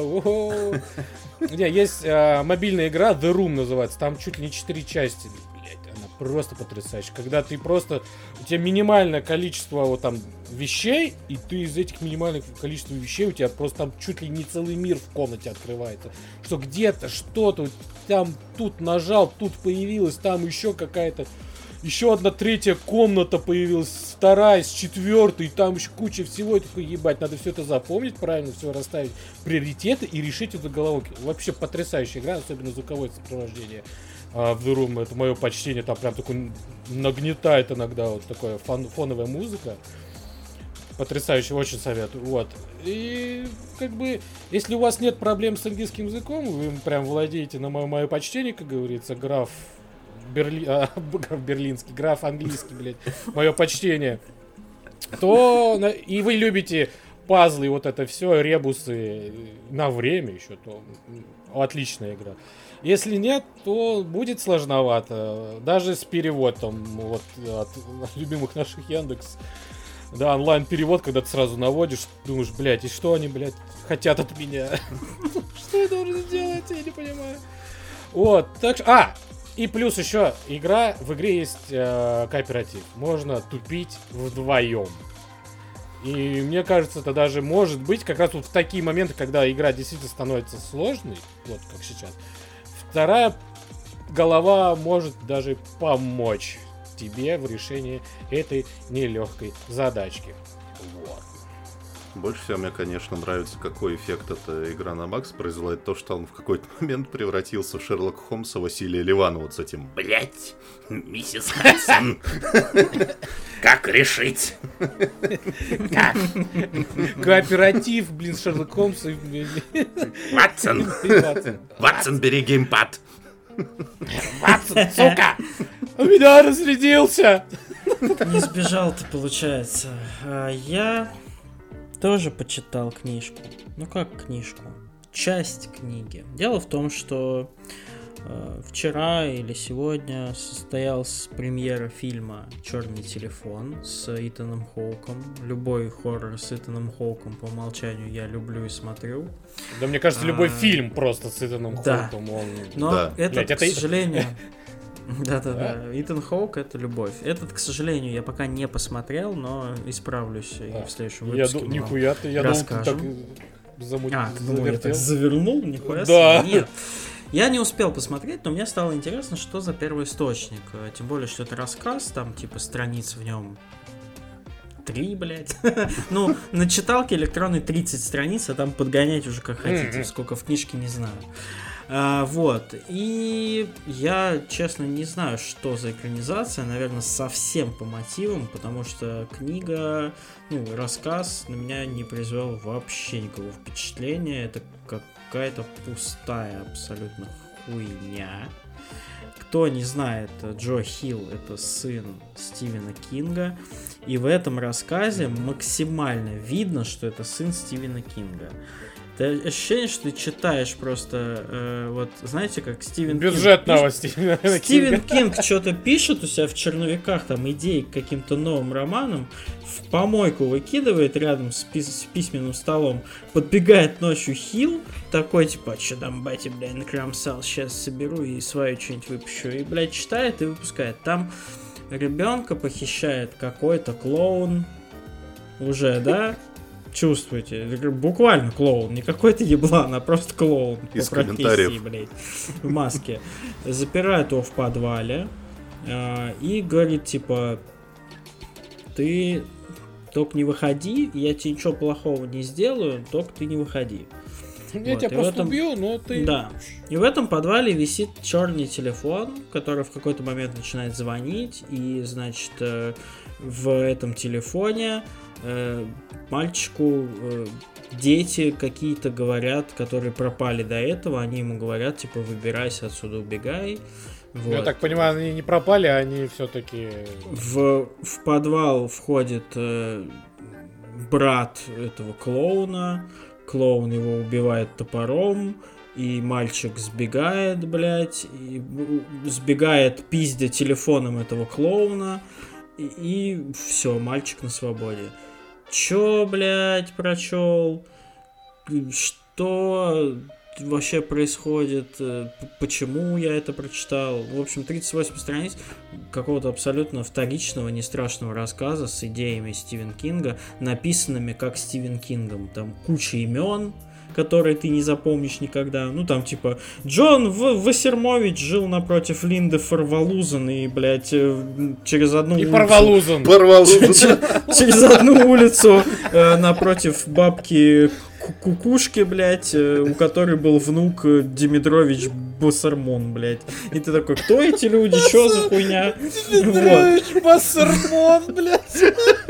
Есть мобильная игра, The Room называется, там чуть ли не 4 части. Она просто потрясающая. Когда ты просто... У тебя минимальное количество вот там вещей, и ты из этих минимальных количеств вещей, у тебя просто там чуть ли не целый мир в комнате открывается. Что где-то, что-то, там, тут нажал, тут появилась, там еще какая-то... Еще одна третья комната появилась, вторая с четвертой, и там еще куча всего. И такой, ебать, надо все это запомнить, правильно все расставить, приоритеты и решить эту головоломку. Вообще потрясающая игра, особенно звуковое сопровождение. В The Room, это мое почтение, там прям такой нагнетает иногда вот такая фоновая музыка. Потрясающе, очень советую. Вот. И как бы, если у вас нет проблем с английским языком, вы прям владеете на мое почтение, как говорится, граф берлинский, граф английский, блядь, мое почтение, то и вы любите пазлы, вот это все, ребусы на время еще, то отличная игра. Если нет, то будет сложновато. Даже с переводом вот, от любимых наших Яндекс. Да, онлайн-перевод, когда ты сразу наводишь, думаешь, блядь, и что они, блядь, хотят от меня? Что я должен сделать? Я не понимаю. Вот, так что... И плюс еще в игре есть кооператив. Можно тупить вдвоем. И мне кажется, это даже может быть как раз вот в такие моменты, когда игра действительно становится сложной, вот как сейчас, вторая голова может даже помочь тебе в решении этой нелегкой задачки. Вот. Больше всего мне, конечно, нравится, какой эффект эта игра на Макс производит. То, что он в какой-то момент превратился в Шерлока Холмса Василия Ливанова вот с этим: блять, миссис Хадсон, как решить? Кооператив, блин, Шерлок Холмс и... Ватсон, бери геймпад. Ватсон, сука! У меня разрядился! Не сбежал-то, получается. Я тоже почитал книжку. Ну как книжку? Часть книги. Дело в том, что вчера или сегодня состоялась премьера фильма «Черный телефон» с Итаном Хоуком. Любой хоррор с Итаном Хоуком по умолчанию я люблю и смотрю. Да, мне кажется, любой фильм просто с Итаном Хоуком. Но этот, к сожалению... Да-да-да, Итан Хоук — это любовь. Этот, к сожалению, я пока не посмотрел, но исправлюсь и в следующем выпуске. Нихуя ты, я думал, ты так я так завернул, нихуя да. Нет. Я не успел посмотреть, но мне стало интересно, что за первоисточник. Тем более, что это рассказ, там типа страниц в нем 3, блядь. Ну, на читалке электронной 30 страниц, а там подгонять уже как хотите. Сколько в книжке, не знаю. Вот, и я, честно, не знаю, что за экранизация, наверное, совсем по мотивам, потому что книга, рассказ на меня не произвел вообще никакого впечатления, это какая-то пустая абсолютно хуйня. Кто не знает, Джо Хилл — это сын Стивена Кинга, и в этом рассказе максимально видно, что это сын Стивена Кинга. Это ощущение, что ты читаешь просто, вот знаете, как Стивен бюджетного Стивена Кинга. Стивен Кинг что-то пишет у себя в черновиках, там, идеи к каким-то новым романам, в помойку выкидывает рядом с письменным столом, подбегает ночью Хилл, такой, типа, что там, батя, блядь, накромсал, сейчас соберу и свою что-нибудь выпущу, и, блядь, читает и выпускает. Там ребенка похищает какой-то клоун, уже, да? Чувствуете, буквально клоун, не какой-то еблан, а просто клоун из по профессии, блядь, в маске. Запирает его в подвале и говорит, типа, ты только не выходи, я тебе ничего плохого не сделаю, только ты не выходи. Я тебя просто убью, но ты... Да. И в этом подвале висит черный телефон, который в какой-то момент начинает звонить, и, значит, в этом телефоне мальчику дети какие-то говорят, которые пропали до этого, они ему говорят, типа, выбирайся отсюда, убегай. Вот. Я так понимаю, они не пропали, а они все-таки... В подвал входит брат этого клоуна. Клоун его убивает топором. И мальчик сбегает, блядь. И сбегает, пиздя телефоном этого клоуна. И все, мальчик на свободе. Чё, блядь, прочел? Что вообще происходит? Почему я это прочитал? В общем, 38 страниц какого-то абсолютно вторичного, не страшного рассказа с идеями Стивена Кинга, написанными как Стивен Кингом. Там куча имен, которые ты не запомнишь никогда. Ну, там, типа, Джон Вассермович жил напротив Линды Фарвалузен и, блядь, через одну улицу... Парвалузен. Через одну улицу напротив бабки Кукушки, блядь, у которой был внук Димитрович Басармон, блядь. И ты такой, кто эти люди, что за хуйня? Димитрович Басармон, блядь.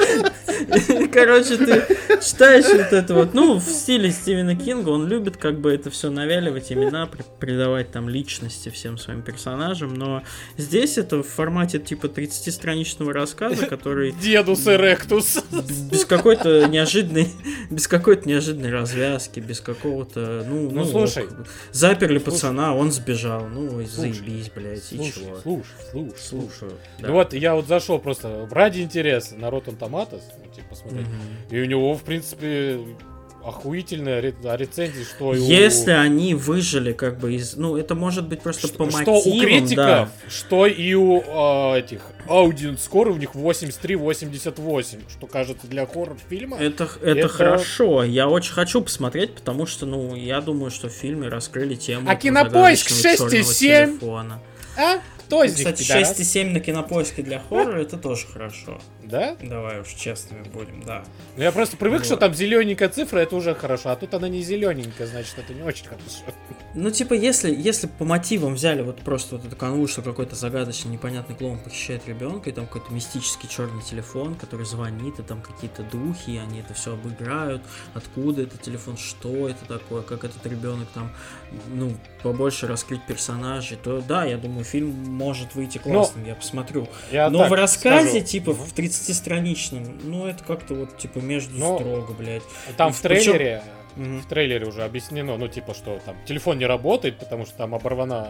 Короче, ты читаешь вот это вот, ну, в стиле Стивена Кинга, он любит как бы это все навяливать, имена, придавать там личности всем своим персонажам, но здесь это в формате типа 30-страничного рассказа, который... Дедус Эректус. Без какой-то неожиданной развязки, без какого-то, ну слушай. Заперли пацана, он сбежал, ну, заебись, блядь, и чего. Слушай. Да. Ну вот, я вот зашел просто ради интереса на Rotten Tomatoes, типа, посмотреть, и у него, в принципе, охуительная рецензия, что если они выжили как бы из... Ну, это может быть просто по мотивам, что у критиков, да. Что и у этих аудиенс скор у них 83-88, что кажется для хоррор-фильма. Это хорошо. Я очень хочу посмотреть, потому что, ну, я думаю, что в фильме раскрыли тему... А Кинопоиск 6,7? А? Кстати, 6,7 на Кинопоиске для хоррора, это тоже хорошо. Да? Давай уж честными будем, да. Ну, я просто привык, что там зелененькая цифра, это уже хорошо, а тут она не зелененькая, значит, это не очень хорошо. Ну, типа, если по мотивам взяли вот просто вот эту канву, что какой-то загадочный, непонятный клоун похищает ребенка, и там какой-то мистический черный телефон, который звонит, и там какие-то духи, и они это все обыграют, откуда этот телефон, что это такое, как этот ребенок там, ну, побольше раскрыть персонажей, то да, я думаю, фильм может выйти классным, я посмотрю. Но в рассказе, скажу, типа, в 30-страничном, ну, это как-то вот, типа, между строго, блядь. Там и в трейлере... В трейлере уже объяснено, ну, типа, что там телефон не работает, потому что там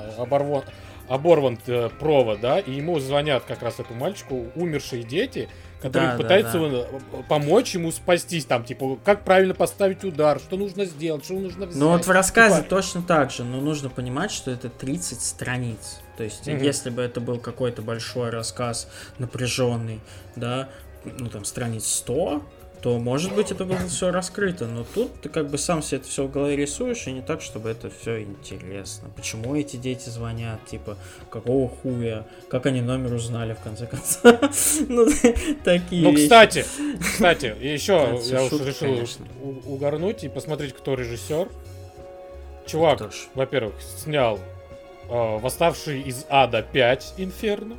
оборван провод, да, и ему звонят как раз этому мальчику умершие дети, которые пытаются помочь ему спастись, там, типа, как правильно поставить удар, что нужно сделать, что нужно взять. Ну, вот в рассказе точно так же, но нужно понимать, что это 30 страниц. То есть, если бы это был какой-то большой рассказ, напряженный, да, ну, там, страниц 100, то, может быть, это было все раскрыто. Но тут ты как бы сам себе это все в голове рисуешь, и не так, чтобы это все интересно. Почему эти дети звонят? Типа, какого хуя? Как они номер узнали, в конце концов? Ну, такие вещи. Кстати, еще я уж решил угорнуть и посмотреть, кто режиссер. Чувак, во-первых, снял «Восставший из ада 5» Инферно.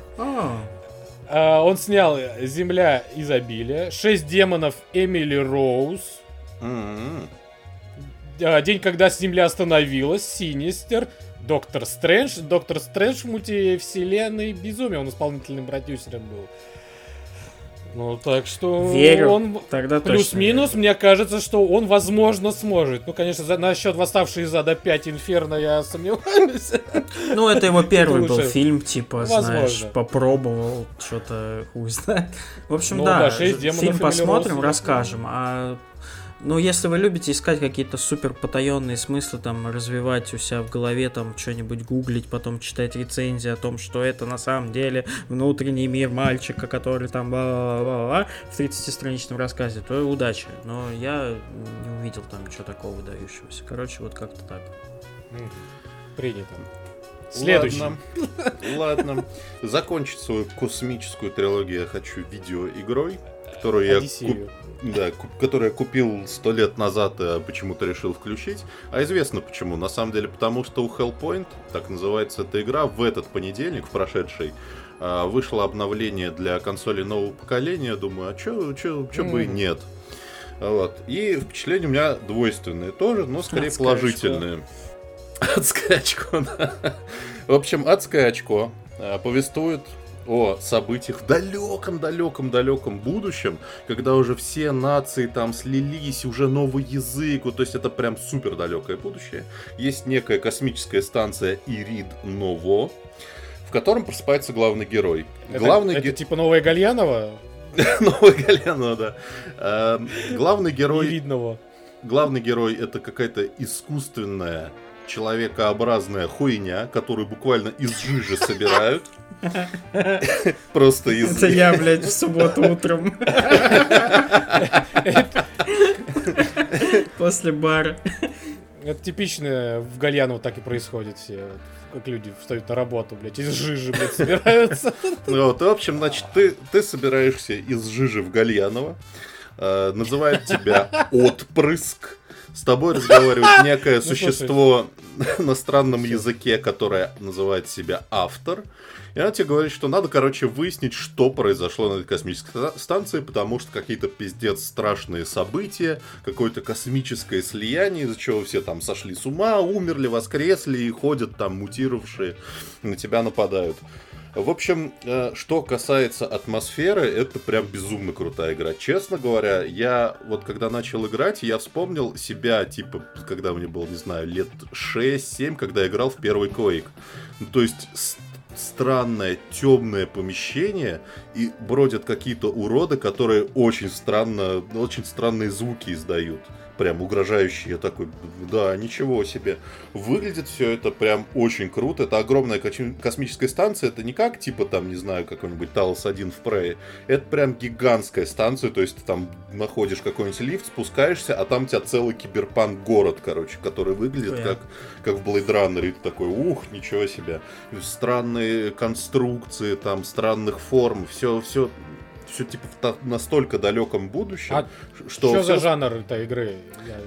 Он снял «Земля изобилия», «6 демонов» Эмили Роуз, «День, когда Земля остановилась» Синистер, Доктор Стрэндж в мультивселенной безумие, он исполнительным продюсером был. Ну, так что верю. Он тогда плюс-минус, мне кажется, что он, возможно, сможет. Ну, конечно, насчет «Восставший из ада 5» Инферно я сомневаюсь. Ну, это его первый был фильм, типа, знаешь, попробовал, что-то хуй знает. В общем, да, фильм посмотрим, расскажем. Ну, если вы любите искать какие-то супер потаенные смыслы, там, развивать у себя в голове, там, что-нибудь гуглить, потом читать рецензии о том, что это на самом деле внутренний мир мальчика, который там бла-бла-бла-бла, в 30-страничном рассказе, то удачи. Но я не увидел там ничего такого выдающегося. Короче, вот как-то так. Принято. Следующий. Ладно. Закончить свою космическую трилогию я хочу видеоигрой. которую я купил 100 лет назад, а почему-то решил включить. А известно почему. На самом деле, потому что у Hellpoint, так называется эта игра, в этот понедельник, в прошедший, вышло обновление для консолей нового поколения. Думаю, а чё бы и нет. Вот. И впечатления у меня двойственные тоже, но скорее положительные. Адское очко, да. В общем, адское очко повествует о событиях в далеком будущем, когда уже все нации там слились, уже новый язык, вот, то есть это прям супер далекое будущее. Есть некая космическая станция Ирид Ново, в котором просыпается главный герой. Это типа Новая Гальянова? Новая Гальянова, да. Главный герой... Иридного. Главный герой это какая-то искусственная человекообразная хуйня, которую буквально из жижи собирают. Просто из... Это я, блядь, в субботу утром. После бара. Это типично в Гальяново так и происходит все. Как люди встают на работу, блядь, из жижи, блядь, собираются. Вот, в общем, значит, ты собираешься из жижи в Гальяново. Называют тебя Отпрыск. С тобой разговаривает некое существо на странном языке, которое называет себя Автор. И она тебе говорит, что надо, выяснить, что произошло на этой космической станции, потому что какие-то пиздец страшные события, какое-то космическое слияние, из-за чего все там сошли с ума, умерли, воскресли и ходят там мутировавшие, на тебя нападают. В общем, что касается атмосферы, это прям безумно крутая игра. Честно говоря, я вот когда начал играть, я вспомнил себя, типа, когда мне было, не знаю, лет 6-7, когда я играл в первый Quake. Ну, то есть странное темное помещение, и бродят какие-то уроды, которые очень странные звуки издают. Прям угрожающий. Я такой, да, ничего себе. Выглядит все это прям очень круто. Это огромная космическая станция. Это не как, типа, там, не знаю, какой-нибудь Талос-1 в Prey. Это прям гигантская станция. То есть ты там находишь какой-нибудь лифт, спускаешься, а там у тебя целый киберпанк-город, который выглядит как в Blade Runner. И ты такой, ничего себе. Странные конструкции, там, странных форм. Все типа в настолько далеком будущем, что за жанр этой игры?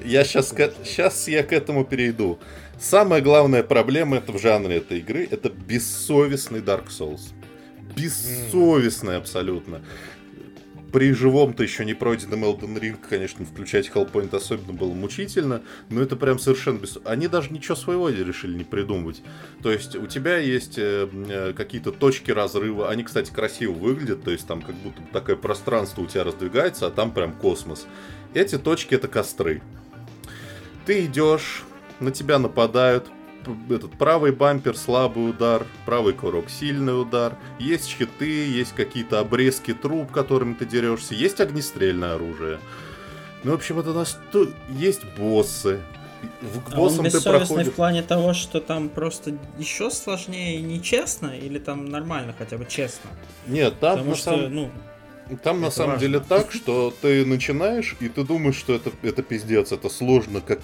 Сейчас я к этому перейду. Самая главная проблема в жанре этой игры — это бессовестный Dark Souls. Бессовестный абсолютно. При живом-то еще не пройденном Elden Ring, конечно, включать Hellpoint особенно было мучительно, но это прям совершенно Они даже ничего своего решили не придумывать. То есть у тебя есть какие-то точки разрыва, они, кстати, красиво выглядят, то есть там как будто такое пространство у тебя раздвигается, а там прям космос. Эти точки — это костры. Ты идешь, на тебя нападают, правый бампер — слабый удар, правый курок — сильный удар. Есть щиты, есть какие-то обрезки труб, которыми ты дерешься, есть огнестрельное оружие. Ну, в общем, это есть боссы. К боссам он бессовестный в плане того, что там просто еще сложнее и нечестно, или там нормально хотя бы честно? Нет, там там на самом деле так, что ты начинаешь, и ты думаешь, что это пиздец, это сложно, как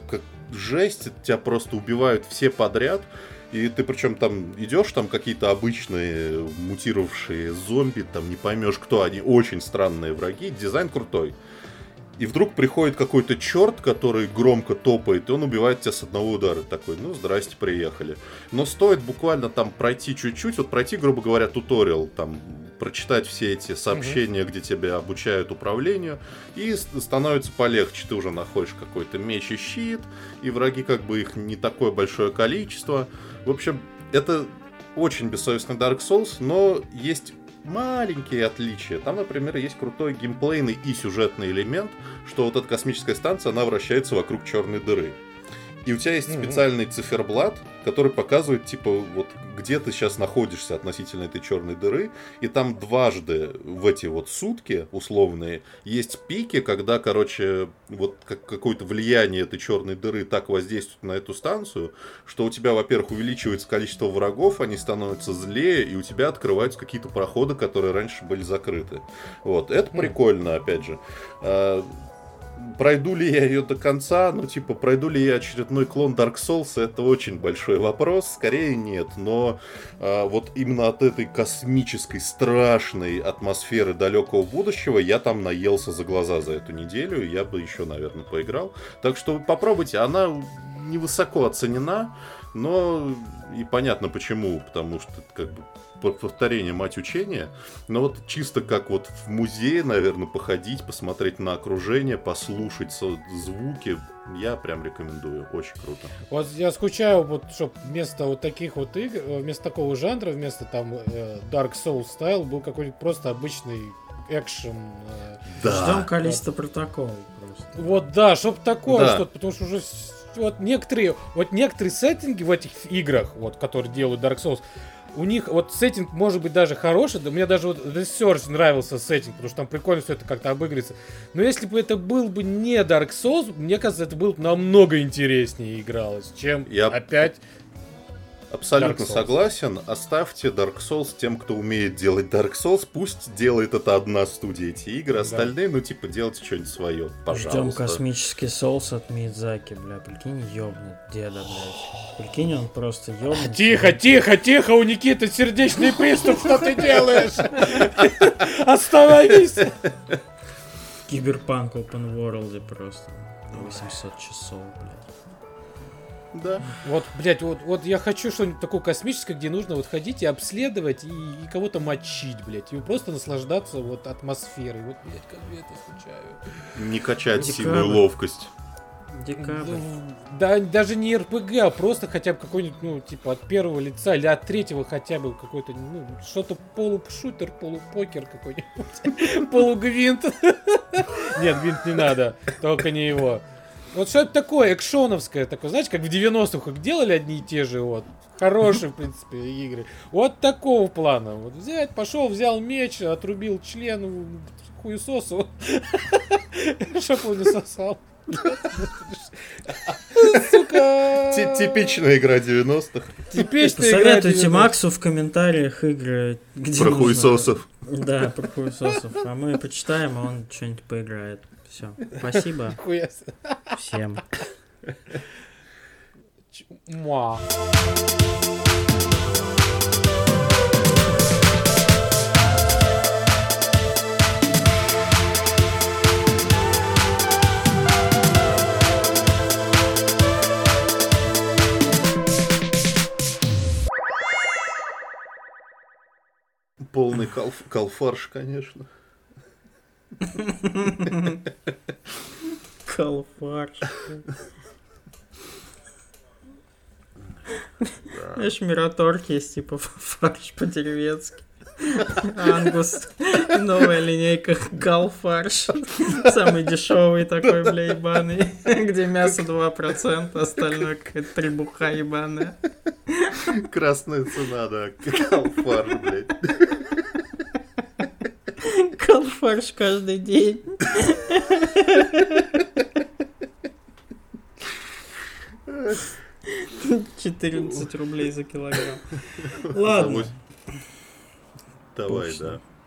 жесть, тебя просто убивают все подряд, и ты причем там идешь, там какие-то обычные мутировавшие зомби, там не поймешь кто, они очень странные враги, дизайн крутой. И вдруг приходит какой-то черт, который громко топает, и он убивает тебя с одного удара. Такой, здрасте, приехали. Но стоит буквально там пройти чуть-чуть, пройти, грубо говоря, туториал, там, прочитать все эти сообщения, где тебя обучают управлению, и становится полегче. Ты уже находишь какой-то меч и щит, и враги их не такое большое количество. В общем, это очень бессовестный Dark Souls, но есть маленькие отличия. Там, например, есть крутой геймплейный и сюжетный элемент, что вот эта космическая станция, она вращается вокруг черной дыры. И у тебя есть специальный циферблат, который показывает, типа, где ты сейчас находишься относительно этой черной дыры. И там дважды в эти сутки условные есть пики, когда, какое-то влияние этой черной дыры так воздействует на эту станцию, что у тебя, во-первых, увеличивается количество врагов, они становятся злее, и у тебя открываются какие-то проходы, которые раньше были закрыты. Это прикольно, опять же. пройду ли я ее до конца, ну, типа, пройду ли я очередной клон Dark Souls, это очень большой вопрос, скорее нет, но вот именно от этой космической, страшной атмосферы далекого будущего я там наелся за глаза за эту неделю, и я бы еще, наверное, поиграл. Так что попробуйте, она невысоко оценена, но и понятно почему, потому что, как бы, повторение мать учения, но вот чисто как вот в музее, наверное, походить, посмотреть на окружение, послушать звуки, я прям рекомендую, очень круто. Вот я скучаю, вот, чтобы вместо вот таких вот игр, вместо такого жанра, вместо там Dark Souls Style был какой-нибудь просто обычный экшен. Да. Ждем количество протоколов просто. Вот да, чтобы такое что-то, потому что уже вот некоторые сеттинги в этих играх, вот, которые делают Dark Souls, у них вот сеттинг может быть даже хороший, да, мне даже вот The Surge нравился сеттинг, потому что там прикольно все это как-то обыгрывается. Но если бы это был бы не Dark Souls, мне кажется, это было бы намного интереснее игралось, чем опять Абсолютно согласен. Оставьте Dark Souls тем, кто умеет делать Dark Souls. Пусть делает это одна студия эти игры. Остальные, ну, типа, делайте что-нибудь свое, пожалуйста. Ждем космический Souls от Миядзаки, бля. Прикинь, ёбнет деда, блядь. Прикинь, он просто ёбнет. Тихо, у Никиты сердечный приступ, что ты делаешь? Остановись! Киберпанк Open World просто. 800 часов, блядь. Да. Вот, блядь, вот я хочу что-нибудь такое космическое, где нужно вот ходить и обследовать, и кого-то мочить, блядь, и просто наслаждаться вот атмосферой. Вот, блядь, как я это скучаю. Не качать силу и ловкость. Декабрь. Да, даже не РПГ, а просто хотя бы какой-нибудь, ну, типа, от первого лица или от третьего хотя бы какой-то, ну, что-то полушутер, полупокер какой-нибудь, полугвинт. Нет, гвинт не надо, только не его. Вот что-то такое, экшоновское, такое, знаете, как в 90-х делали одни и те же, вот, хорошие, в принципе, игры. Вот такого плана. Вот взять, пошел, взял меч, отрубил член хуесосу, чтоб он не сосал. Сука! Типичная игра 90-х. Типичная игра 90-х. Советуйте Максу в комментариях игры, где про хуесосов. Да, про хуесосов. А мы почитаем, а он что-нибудь поиграет. Все. Спасибо. Всем. Муа. Полный калфарш, конечно. Калфарш. Знаешь, Мираторг есть, типа, фарш по-деревенски. Ангус. Новая линейка Галфарш. Самый дешевый такой, бля, ебаный. Где мясо 2%, остальное какая-то требуха ебаная. Красная цена, да. Галфарш, блядь. Галфарш каждый день. 14 рублей за килограмм. Ладно. Давай, да.